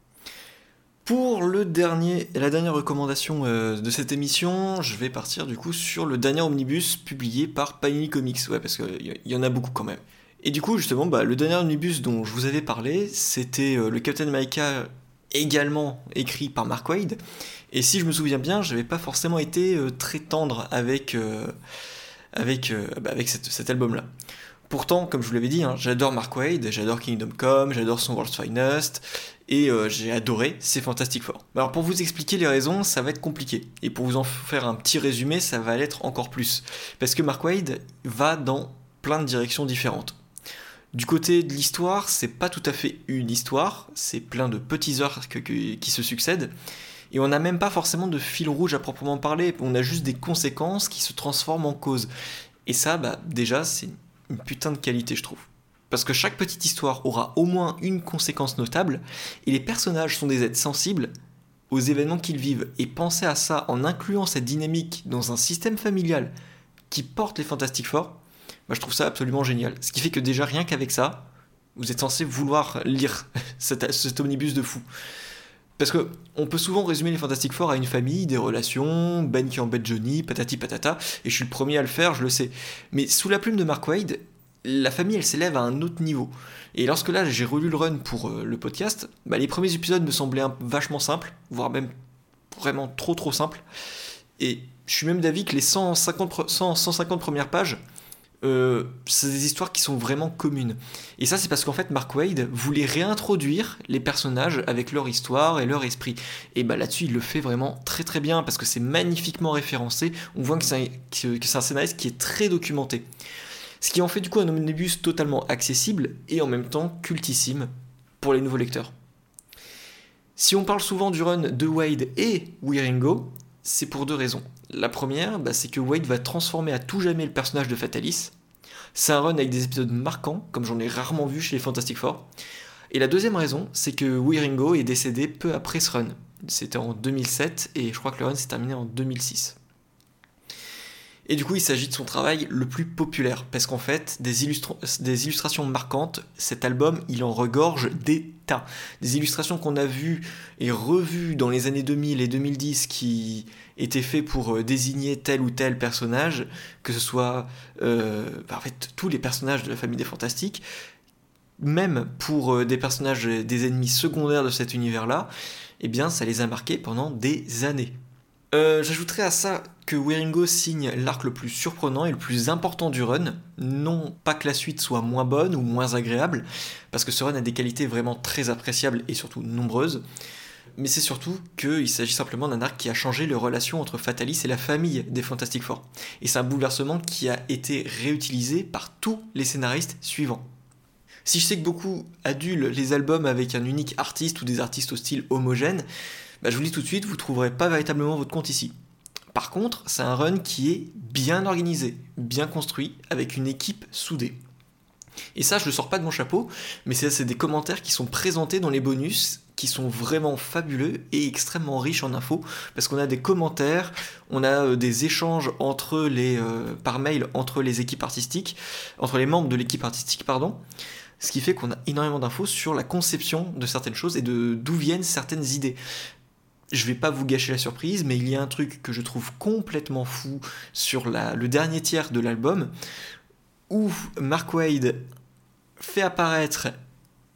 Pour le dernier, la dernière recommandation euh, de cette émission, je vais partir du coup sur le dernier omnibus publié par Panini Comics, ouais, parce qu'il y, y en a beaucoup quand même. Et du coup, justement, bah, le dernier omnibus dont je vous avais parlé, c'était euh, le Captain America, également écrit par Mark Waid, et si je me souviens bien, j'avais pas forcément été euh, très tendre avec... Euh, avec, euh, bah avec cette, cet album-là. Pourtant, comme je vous l'avais dit, hein, j'adore Mark Waid, j'adore Kingdom Come, j'adore son World's Finest, et euh, j'ai adoré ces Fantastic Four. Alors pour vous expliquer les raisons, ça va être compliqué, et pour vous en faire un petit résumé, ça va l'être encore plus, parce que Mark Waid va dans plein de directions différentes. Du côté de l'histoire, c'est pas tout à fait une histoire, c'est plein de petits arcs qui se succèdent, et on n'a même pas forcément de fil rouge à proprement parler, on a juste des conséquences qui se transforment en causes. Et ça, bah, déjà, c'est une putain de qualité, je trouve. Parce que chaque petite histoire aura au moins une conséquence notable, et les personnages sont des êtres sensibles aux événements qu'ils vivent. Et penser à ça en incluant cette dynamique dans un système familial qui porte les Fantastic Four, bah, je trouve ça absolument génial. Ce qui fait que déjà, rien qu'avec ça, vous êtes censé vouloir lire cet, cet omnibus de fou. Parce que on peut souvent résumer les Fantastic Four à une famille, des relations, Ben qui embête Johnny, patati patata, et je suis le premier à le faire, je le sais. Mais sous la plume de Mark Waid, la famille elle s'élève à un autre niveau. Et lorsque là j'ai relu le run pour euh, le podcast, bah, les premiers épisodes me semblaient un, vachement simples, voire même vraiment trop trop simples. Et je suis même d'avis que les cent cinquante, cent, cent cinquante premières pages, Euh, c'est des histoires qui sont vraiment communes. Et ça, c'est parce qu'en fait, Mark Waid voulait réintroduire les personnages avec leur histoire et leur esprit. Et bah là-dessus, il le fait vraiment très très bien parce que c'est magnifiquement référencé. On voit que c'est un, que, que c'est un scénariste qui est très documenté. Ce qui en fait du coup un omnibus totalement accessible et en même temps cultissime pour les nouveaux lecteurs. Si on parle souvent du run de Waid et Wieringo, c'est pour deux raisons. La première, bah, c'est que Waid va transformer à tout jamais le personnage de Fatalis. C'est un run avec des épisodes marquants, comme j'en ai rarement vu chez les Fantastic Four. Et la deuxième raison, c'est que Wieringo est décédé peu après ce run. C'était en deux mille sept, et je crois que le run s'est terminé en deux mille six. Et du coup, il s'agit de son travail le plus populaire, parce qu'en fait, des, illustra- des illustrations marquantes, cet album, il en regorge des tas. Des illustrations qu'on a vues et revues dans les années deux mille et deux mille dix qui étaient faites pour désigner tel ou tel personnage, que ce soit euh, en fait, tous les personnages de la famille des Fantastiques, même pour des personnages, des ennemis secondaires de cet univers-là, eh bien, ça les a marqués pendant des années. Euh, j'ajouterais à ça que Wieringo signe l'arc le plus surprenant et le plus important du run, non pas que la suite soit moins bonne ou moins agréable, parce que ce run a des qualités vraiment très appréciables et surtout nombreuses, mais c'est surtout qu'il s'agit simplement d'un arc qui a changé les relations entre Fatalis et la famille des Fantastic Four, et c'est un bouleversement qui a été réutilisé par tous les scénaristes suivants. Si je sais que beaucoup adulent les albums avec un unique artiste ou des artistes au style homogène, bah je vous le dis tout de suite, vous ne trouverez pas véritablement votre compte ici. Par contre, c'est un run qui est bien organisé, bien construit, avec une équipe soudée. Et ça, je le sors pas de mon chapeau, mais c'est, c'est des commentaires qui sont présentés dans les bonus, qui sont vraiment fabuleux et extrêmement riches en infos, parce qu'on a des commentaires, on a euh, des échanges entre les, euh, par mail entre les équipes artistiques, entre les membres de l'équipe artistique, pardon, ce qui fait qu'on a énormément d'infos sur la conception de certaines choses et de d'où viennent certaines idées. Je vais pas vous gâcher la surprise, mais il y a un truc que je trouve complètement fou sur la, le dernier tiers de l'album, où Mark Waid fait apparaître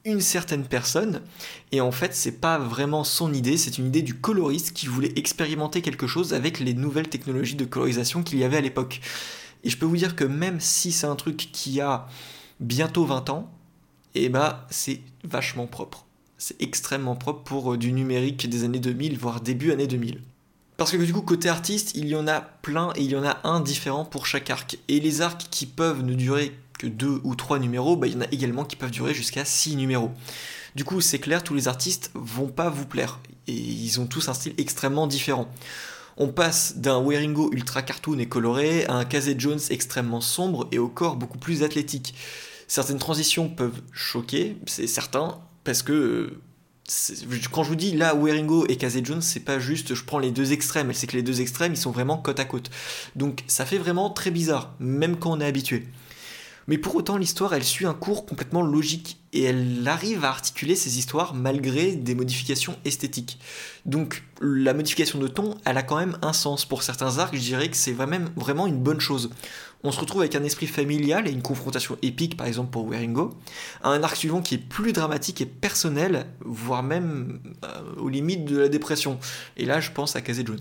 une certaine personne, et en fait c'est pas vraiment son idée, c'est une idée du coloriste qui voulait expérimenter quelque chose avec les nouvelles technologies de colorisation qu'il y avait à l'époque. Et je peux vous dire que même si c'est un truc qui a bientôt vingt ans, et bah c'est vachement propre. C'est extrêmement propre pour euh, du numérique des années deux mille, voire début années deux mille. Parce que du coup, côté artiste, il y en a plein et il y en a un différent pour chaque arc. Et les arcs qui peuvent ne durer que deux ou trois numéros, bah, il y en a également qui peuvent durer jusqu'à six numéros. Du coup, c'est clair, tous les artistes vont pas vous plaire. Et ils ont tous un style extrêmement différent. On passe d'un Waringo ultra cartoon et coloré à un Casey Jones extrêmement sombre et au corps beaucoup plus athlétique. Certaines transitions peuvent choquer, c'est certain, parce que c'est, quand je vous dis là Waringo et Casey Jones, c'est pas juste je prends les deux extrêmes, c'est que les deux extrêmes ils sont vraiment côte à côte. Donc ça fait vraiment très bizarre, même quand on est habitué. Mais pour autant, l'histoire, elle suit un cours complètement logique et elle arrive à articuler ses histoires malgré des modifications esthétiques. Donc la modification de ton, elle a quand même un sens. Pour certains arcs, je dirais que c'est vraiment, vraiment une bonne chose. On se retrouve avec un esprit familial et une confrontation épique, par exemple pour Waringo, à un arc suivant qui est plus dramatique et personnel, voire même euh, aux limites de la dépression. Et là, je pense à Casey Jones.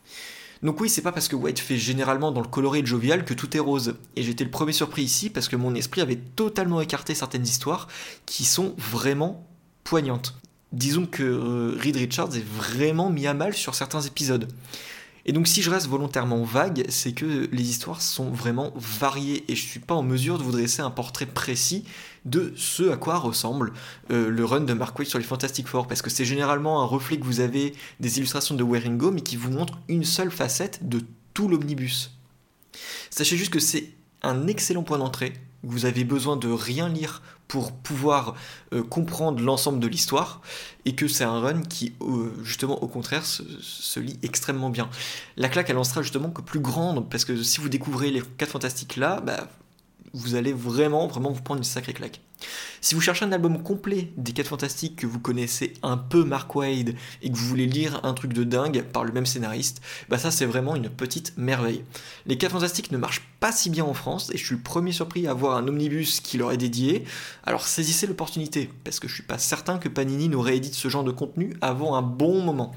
Donc oui, c'est pas parce que White fait généralement dans le coloré et le jovial que tout est rose. Et j'étais le premier surpris ici parce que mon esprit avait totalement écarté certaines histoires qui sont vraiment poignantes. Disons que euh, Reed Richards est vraiment mis à mal sur certains épisodes. Et donc si je reste volontairement vague, c'est que les histoires sont vraiment variées et je suis pas en mesure de vous dresser un portrait précis de ce à quoi ressemble euh, le run de Mark Waid sur les Fantastic Four, parce que c'est généralement un reflet que vous avez des illustrations de Waringo, mais qui vous montre une seule facette de tout l'omnibus. Sachez juste que c'est un excellent point d'entrée. Vous avez besoin de rien lire pour pouvoir euh, comprendre l'ensemble de l'histoire, et que c'est un run qui, euh, justement, au contraire, se, se lit extrêmement bien. La claque, elle en sera justement que plus grande, parce que si vous découvrez les quatre Fantastiques là, bah, vous allez vraiment, vraiment vous prendre une sacrée claque. Si vous cherchez un album complet des quatre Fantastiques, que vous connaissez un peu Mark Waid et que vous voulez lire un truc de dingue par le même scénariste, bah ça c'est vraiment une petite merveille. Les quatre Fantastiques ne marchent pas si bien en France et je suis le premier surpris à avoir un omnibus qui leur est dédié. Alors saisissez l'opportunité, parce que je suis pas certain que Panini nous réédite ce genre de contenu avant un bon moment.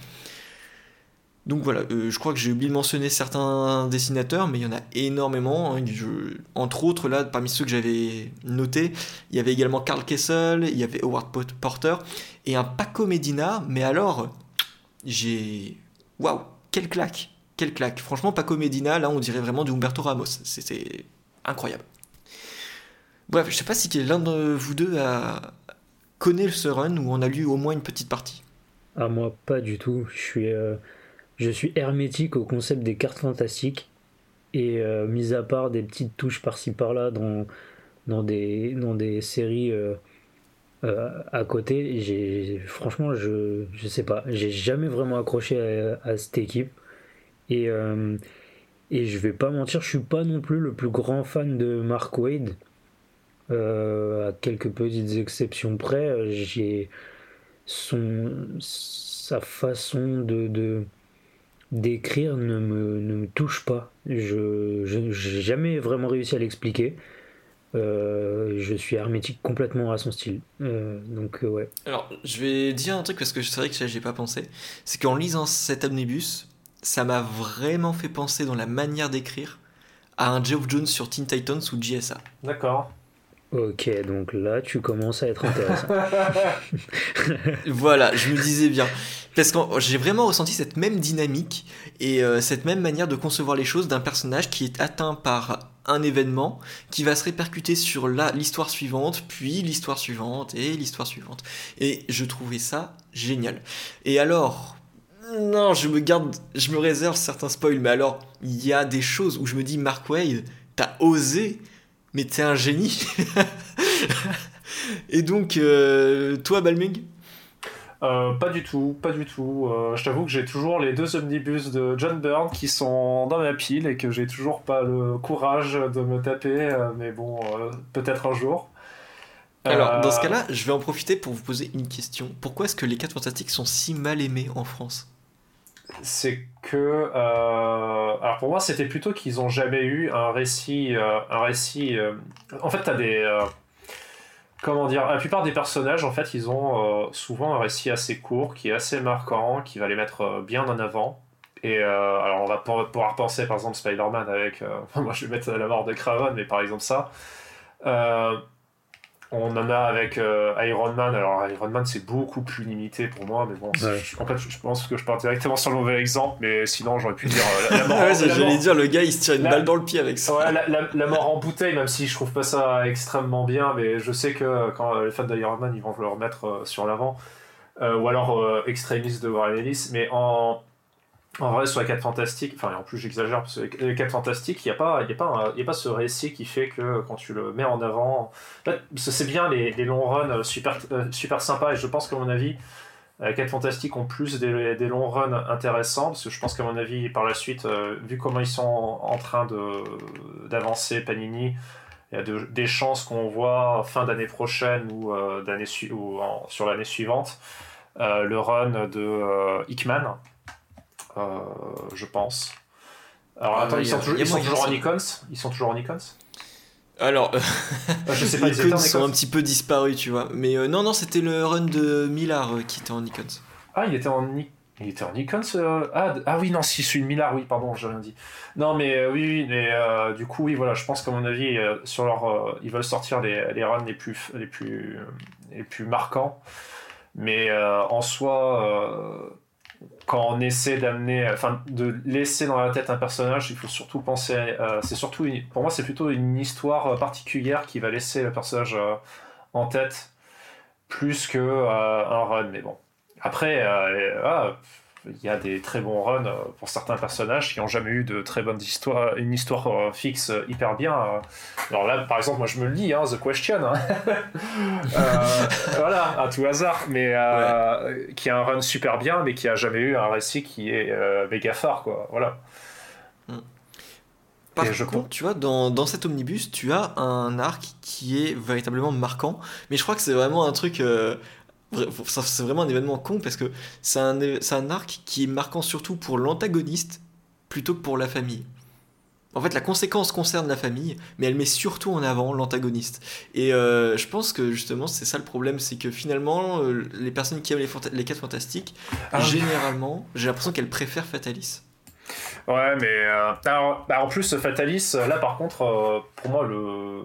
Donc voilà, euh, je crois que j'ai oublié de mentionner certains dessinateurs, mais il y en a énormément. Hein. Je, entre autres, là, parmi ceux que j'avais notés, il y avait également Carl Kessel, il y avait Howard Porter, et un Paco Medina, mais alors, j'ai... Waouh, quelle claque, quelle claque. Franchement, Paco Medina, là, on dirait vraiment du Humberto Ramos. C'était incroyable. Bref, je sais pas si l'un de vous deux a... connaît ce run, ou en a lu au moins une petite partie. Ah, moi, pas du tout. Je suis... Euh... Je suis hermétique au concept des cartes fantastiques et euh, mis à part des petites touches par-ci par-là dans, dans, des, dans des séries euh, euh, à côté, j'ai, franchement je, je sais pas, j'ai jamais vraiment accroché à, à cette équipe et, euh, et je vais pas mentir, je suis pas non plus le plus grand fan de Mark Waid, euh, à quelques petites exceptions près. J'ai son, sa façon de... de d'écrire ne me, ne me touche pas. Je n'ai jamais vraiment réussi à l'expliquer. Euh, je suis hermétique complètement à son style. Euh, donc euh, ouais. Alors, je vais dire un truc parce que c'est vrai que ça, j'y ai pas pensé. C'est qu'en lisant cet omnibus, ça m'a vraiment fait penser dans la manière d'écrire à un Geoff Jones sur Teen Titans ou J S A. D'accord. Ok, donc là tu commences à être intéressant. Voilà, je me disais bien. Parce que j'ai vraiment ressenti cette même dynamique et euh, cette même manière de concevoir les choses d'un personnage qui est atteint par un événement qui va se répercuter sur la, l'histoire suivante, puis l'histoire suivante et l'histoire suivante. Et je trouvais ça génial. Et alors, non, je me garde, je me réserve certains spoils, mais alors, il y a des choses où je me dis, Mark Waid, t'as osé, mais t'es un génie. Et donc, euh, toi, Balming ? Euh, pas du tout, pas du tout. Euh, je t'avoue que j'ai toujours les deux omnibus de John Byrne qui sont dans ma pile et que j'ai toujours pas le courage de me taper, euh, mais bon, euh, peut-être un jour. Alors, Euh, dans ce cas-là, je vais en profiter pour vous poser une question. Pourquoi est-ce que les quatre Fantastiques sont si mal aimés en France ? C'est que... Euh, alors pour moi, c'était plutôt qu'ils ont jamais eu un récit... Euh, un récit euh, en fait, t'as des... Euh, comment dire, la plupart des personnages, en fait, ils ont euh, souvent un récit assez court, qui est assez marquant, qui va les mettre euh, bien en avant. Et euh, alors, on va pour- pouvoir penser, par exemple, Spider-Man avec... euh, moi, je vais mettre la mort de Kraven, mais par exemple ça. Euh, on en a avec euh, Iron Man. Alors, Iron Man, c'est beaucoup plus limité pour moi, mais bon, Ouais. je- en fait, je pense que je pars directement sur le mauvais exemple, mais sinon, j'aurais pu dire euh, la, la mort... Ouais, la j'allais mort- dire, le gars il se tire une La- balle dans le pied avec ça. Ouais, la, la- la mort en bouteille, même si je trouve pas ça extrêmement bien, mais je sais que quand euh, les fans d'Iron Man, ils vont le remettre euh, sur l'avant. Euh, ou alors euh, Extremis de Warren Ellis, mais en, en vrai, sur les quatre Fantastiques, enfin, en plus j'exagère, parce que les quatre Fantastiques, il n'y a, pas- il y a, pas un- il y a pas ce récit qui fait que quand tu le mets en avant. En fait, c'est bien les, les longs runs euh, super, euh, super sympas, et je pense qu'à mon avis, les quatre Fantastiques ont plus des, des longs runs intéressants, parce que je pense qu'à mon avis, par la suite, euh, vu comment ils sont en train de, d'avancer, Panini, il y a de- des chances qu'on voit fin d'année prochaine ou, euh, d'année su- ou en- sur l'année suivante euh, le run de euh, Hickman, euh, je pense. Alors Ah attends, ouais, ils y sont, a- toujours, y a ils sont moyen, toujours en ça. Icons Ils sont toujours en Icons Alors, euh, Euh, Je sais pas, les ils étaient en icons sont Icons un petit peu disparus, tu vois. Mais euh, non, non, c'était le run de Millar euh, qui était en icons. Ah, il était en Icons Il était en Icons euh, ah, d- ah oui, non, si, celui de Millard, oui, pardon, j'ai rien dit. Non, mais euh, oui, oui, mais euh, du coup, oui, voilà, je pense qu'à mon avis, euh, sur leur, euh, ils veulent sortir les, les runs les plus, les, plus, les plus marquants. Mais euh, en soi, euh, quand on essaie d'amener, enfin, de laisser dans la tête un personnage, il faut surtout penser, euh, c'est surtout, une- pour moi, c'est plutôt une histoire particulière qui va laisser le personnage euh, en tête plus que euh, un run. Mais bon, après, euh, ah, il y a des très bons runs euh, pour certains personnages qui n'ont jamais eu de très bonnes histoires, une histoire euh, fixe euh, hyper bien. euh. Alors là, par exemple, moi je me le dis, hein, The Question, hein. Euh, voilà, à tout hasard, mais euh, qui a un run super bien, mais qui a jamais eu un récit qui est euh, méga phare, quoi. Voilà. Par Et je contre, tu vois, dans, dans cet omnibus, tu as un arc qui est véritablement marquant, mais je crois que c'est vraiment un truc. euh, vra- ça, c'est vraiment un événement con parce que c'est un, é- c'est un arc qui est marquant surtout pour l'antagoniste plutôt que pour la famille. En fait, la conséquence concerne la famille, mais elle met surtout en avant l'antagoniste. Et euh, je pense que justement, c'est ça le problème, c'est que finalement, euh, les personnes qui aiment les, fanta- les quatre fantastiques, Ah oui. généralement, j'ai l'impression qu'elles préfèrent Fatalis. Ouais, mais euh, alors, bah, en plus, Fatalis, là par contre, euh, pour moi, le.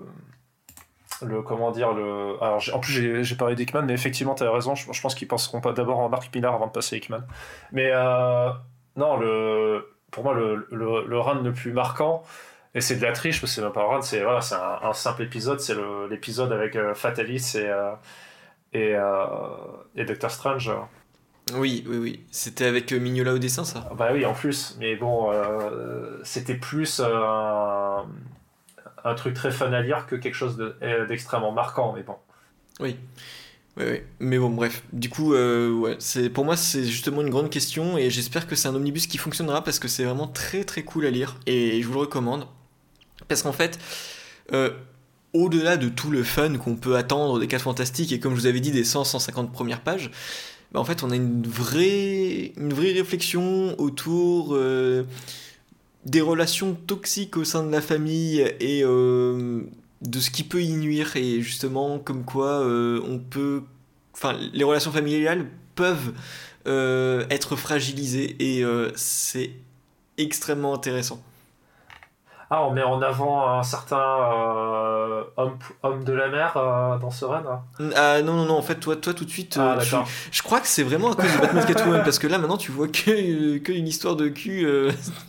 Le, comment dire, le. Alors, j'ai- en plus, j'ai, j'ai parlé d'Hickman, mais effectivement, t'as raison, je, je pense qu'ils penseront pas d'abord en Mark Millar avant de passer à Hickman. Mais euh, non, le, pour moi, le, le, le run le plus marquant, et c'est de la triche, parce que c'est même pas un run, c'est, voilà, c'est un, un simple épisode, c'est le, l'épisode avec euh, Fatalis et, euh, et, euh, et Doctor Strange. Oui, oui, oui. C'était avec euh, Mignola au dessin, ça. Bah oui, en plus, mais bon, euh, c'était plus euh, un, un truc très fun à lire que quelque chose de, euh, d'extrêmement marquant, mais bon. Oui. Oui, oui. Mais bon, bref. Du coup, euh, ouais, c'est, pour moi, c'est justement une grande question et j'espère que c'est un omnibus qui fonctionnera parce que c'est vraiment très très cool à lire et je vous le recommande. Parce qu'en fait, euh, au-delà de tout le fun qu'on peut attendre des quatre fantastiques et comme je vous avais dit, des cent à cent cinquante premières pages, bah, en fait, on a une vraie, une vraie réflexion autour euh, des relations toxiques au sein de la famille et euh, de ce qui peut y nuire et justement comme quoi euh, on peut, enfin, les relations familiales peuvent euh, être fragilisées et euh, c'est extrêmement intéressant. Ah, on met en avant un certain euh, homme, homme de la mer euh, dans ce run, hein. Ah non non non, en fait toi toi tout de suite Ah, euh, tu- d'accord. je crois que c'est vraiment à cause de Batman Catwoman parce que là maintenant tu vois que euh, que une histoire de cul euh,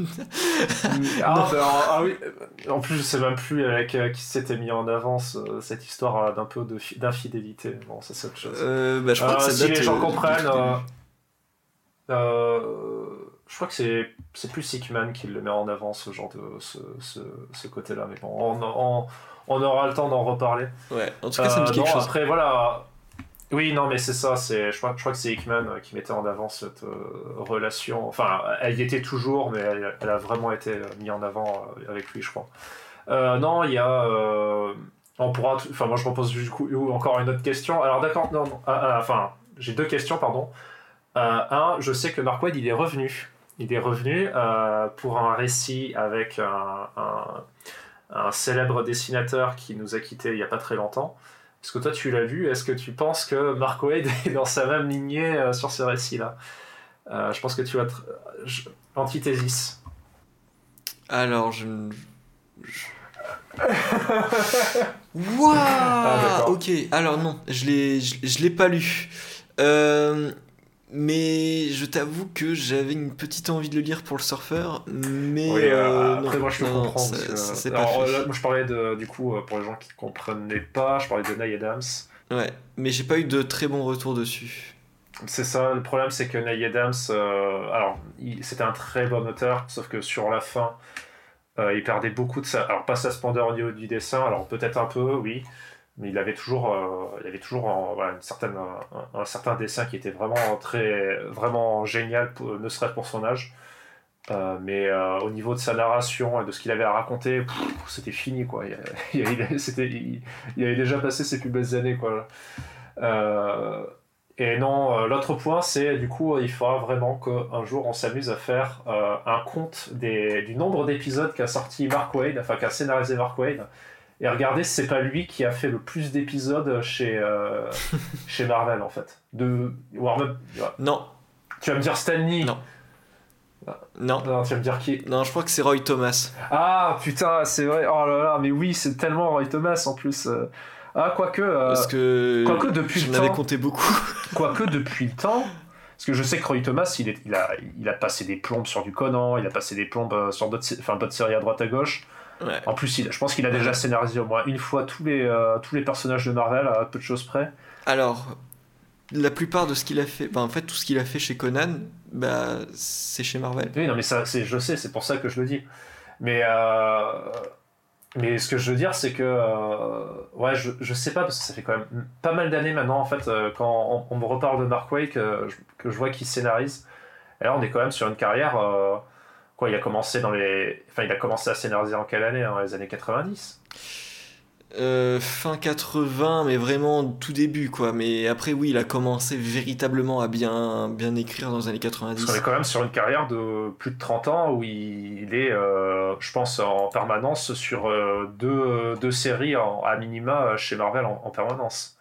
Ah, bah, ah oui, en plus, je sais même plus avec euh, qui s'était mis en avance euh, cette histoire euh, d'un peu de fi- d'infidélité. Bon, ça, c'est autre chose. euh, bah, je crois Euh, que ça si date les gens euh, comprennent, du tout euh, début. euh, je crois que c'est, c'est plus Hickman qui le met en avant, ce genre de ce, ce, ce côté-là. Mais bon, on, on, on aura le temps d'en reparler. Ouais, en tout cas ça me Euh, dit non, quelque chose. après, voilà. Oui, non, mais c'est ça. C'est, je, crois, je crois que c'est Hickman euh, qui mettait en avant cette euh, relation. Enfin, elle y était toujours, mais elle, elle a vraiment été euh, mise en avant euh, avec lui, je crois. Euh, non, il y a. euh, on pourra. t- Enfin, moi, je me pose du coup encore une autre question. Alors, d'accord, non, non. Ah, ah, enfin, j'ai deux questions, pardon. Euh, un, je sais que Mark Waid, il est revenu. Il est revenu euh, pour un récit avec un, un, un célèbre dessinateur qui nous a quittés il n'y a pas très longtemps, Parce que toi, tu l'as lu. Est-ce que tu penses que Mark Waid est dans sa même lignée euh, sur ce récit-là? euh, Je pense que tu vas... Tr... Je... Antithésis. Alors, je... je... Waouh ah, ok, alors non, je l'ai, je, je l'ai pas lu. Euh, mais je t'avoue que j'avais une petite envie de le lire pour le surfeur, mais oui, euh, euh, après non, moi je peux non, comprendre. Ça, que, ça, c'est alors, pas fait. là, moi je parlais de, du coup pour les gens qui comprenaient pas, je parlais de Neil Adams. Ouais, mais j'ai pas eu de très bons retours dessus. C'est ça, le problème c'est que Neil Adams, euh, alors il, c'était un très bon auteur, sauf que sur la fin. Euh, il perdait beaucoup de sa... Alors, pas sa splendeur au niveau du dessin, alors peut-être un peu, oui, mais il avait toujours, euh, il avait toujours un, voilà, une certaine, un, un certain dessin qui était vraiment, très, vraiment génial, pour, ne serait-ce pour son âge. Euh, mais euh, au niveau de sa narration et de ce qu'il avait à raconter, pff, c'était fini, quoi. Il, il, c'était, il, il avait déjà passé ses plus belles années, quoi. Euh, Et non, euh, l'autre point, c'est du coup, il faudra vraiment qu'un jour on s'amuse à faire euh, un compte des, du nombre d'épisodes qu'a sorti Mark Waid, enfin qu'a scénarisé Mark Waid, et regarder si c'est pas lui qui a fait le plus d'épisodes chez, euh, chez Marvel en fait. De, voire même, ouais. Non. Tu vas me dire Stan Lee. Non. Non. Non, tu vas me dire qui? Non, je crois que c'est Roy Thomas. Ah putain, c'est vrai. Oh là là, mais oui, c'est tellement Roy Thomas en plus. Euh... Ah, quoique. Euh, Parce que. Quoique depuis je le m'en avais temps. compté beaucoup. Quoique depuis le temps. Parce que je sais que Roy Thomas, il, est, il, a, il a passé des plombes sur du Conan, il a passé des plombes sur d'autres, enfin, d'autres séries à droite à gauche. Ouais. En plus, il, je pense qu'il a déjà scénarisé au moins une fois tous les, euh, tous les personnages de Marvel, à peu de choses près. Alors, la plupart de ce qu'il a fait, bah, en fait, tout ce qu'il a fait chez Conan, bah, c'est chez Marvel. Oui, non, mais ça, c'est, je sais, c'est pour ça que je le dis. Mais. Euh, Mais ce que je veux dire, c'est que euh, ouais, je, je sais pas, parce que ça fait quand même pas mal d'années maintenant, en fait, euh, quand on, on me reparle de Mark Waid, que, que je vois qu'il scénarise. Et là, on est quand même sur une carrière. Euh, quoi, il a commencé dans les. Enfin, il a commencé à scénariser en quelle année? Dans les années quatre-vingt-dix euh, Fin quatre-vingts, mais vraiment tout début, quoi. Mais après, oui, il a commencé véritablement à bien, bien écrire dans les années quatre-vingt-dix. Parce qu'on est quand même sur une carrière de plus de trente ans où il est, euh, je pense, en permanence sur euh, deux, deux séries en, à minima chez Marvel en, en permanence.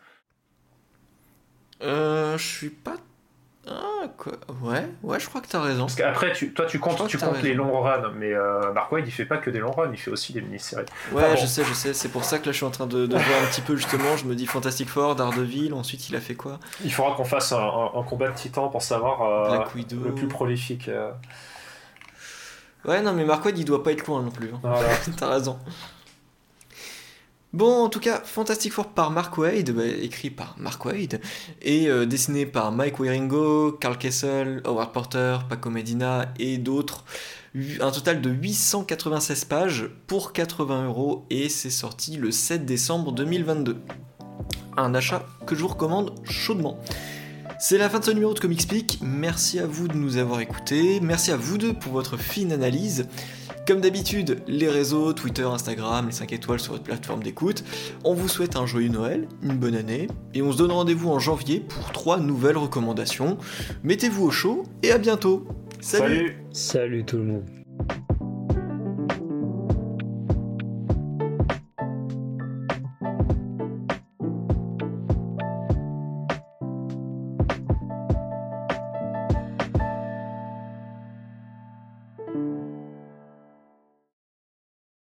Euh, je suis pas. Ah, quoi. Ouais, ouais, je crois que t'as raison. Parce qu'après, tu, toi, tu comptes, tu comptes les longs runs, mais euh, Mark Waid, il fait pas que des longs runs, il fait aussi des mini-séries. Ouais, ah, bon. je sais, je sais. C'est pour ça que là, je suis en train de, de voir un petit peu, justement. Je me dis Fantastic Four, Daredevil, ensuite, il a fait quoi? Il faudra qu'on fasse un, un, un combat de titans pour savoir euh, Black Widow. Le plus prolifique. Euh... Ouais, non, mais Mark Waid, il doit pas être loin non plus. Hein. Voilà. T'as raison. Bon, en tout cas, Fantastic Four par Mark Waid, bah, écrit par Mark Waid, et euh, dessiné par Mike Wieringo, Carl Kessel, Howard Porter, Paco Medina et d'autres. Un total de huit cent quatre-vingt-seize pages pour quatre-vingts euros, et c'est sorti le sept décembre deux mille vingt-deux. Un achat que je vous recommande chaudement. C'est la fin de ce numéro de Comicspeak. Merci à vous de nous avoir écoutés. Merci à vous deux pour votre fine analyse. Comme d'habitude, les réseaux, Twitter, Instagram, les cinq étoiles sur votre plateforme d'écoute. On vous souhaite un joyeux Noël, une bonne année, et on se donne rendez-vous en janvier pour trois nouvelles recommandations. Mettez-vous au chaud et à bientôt. Salut. Salut, Salut tout le monde.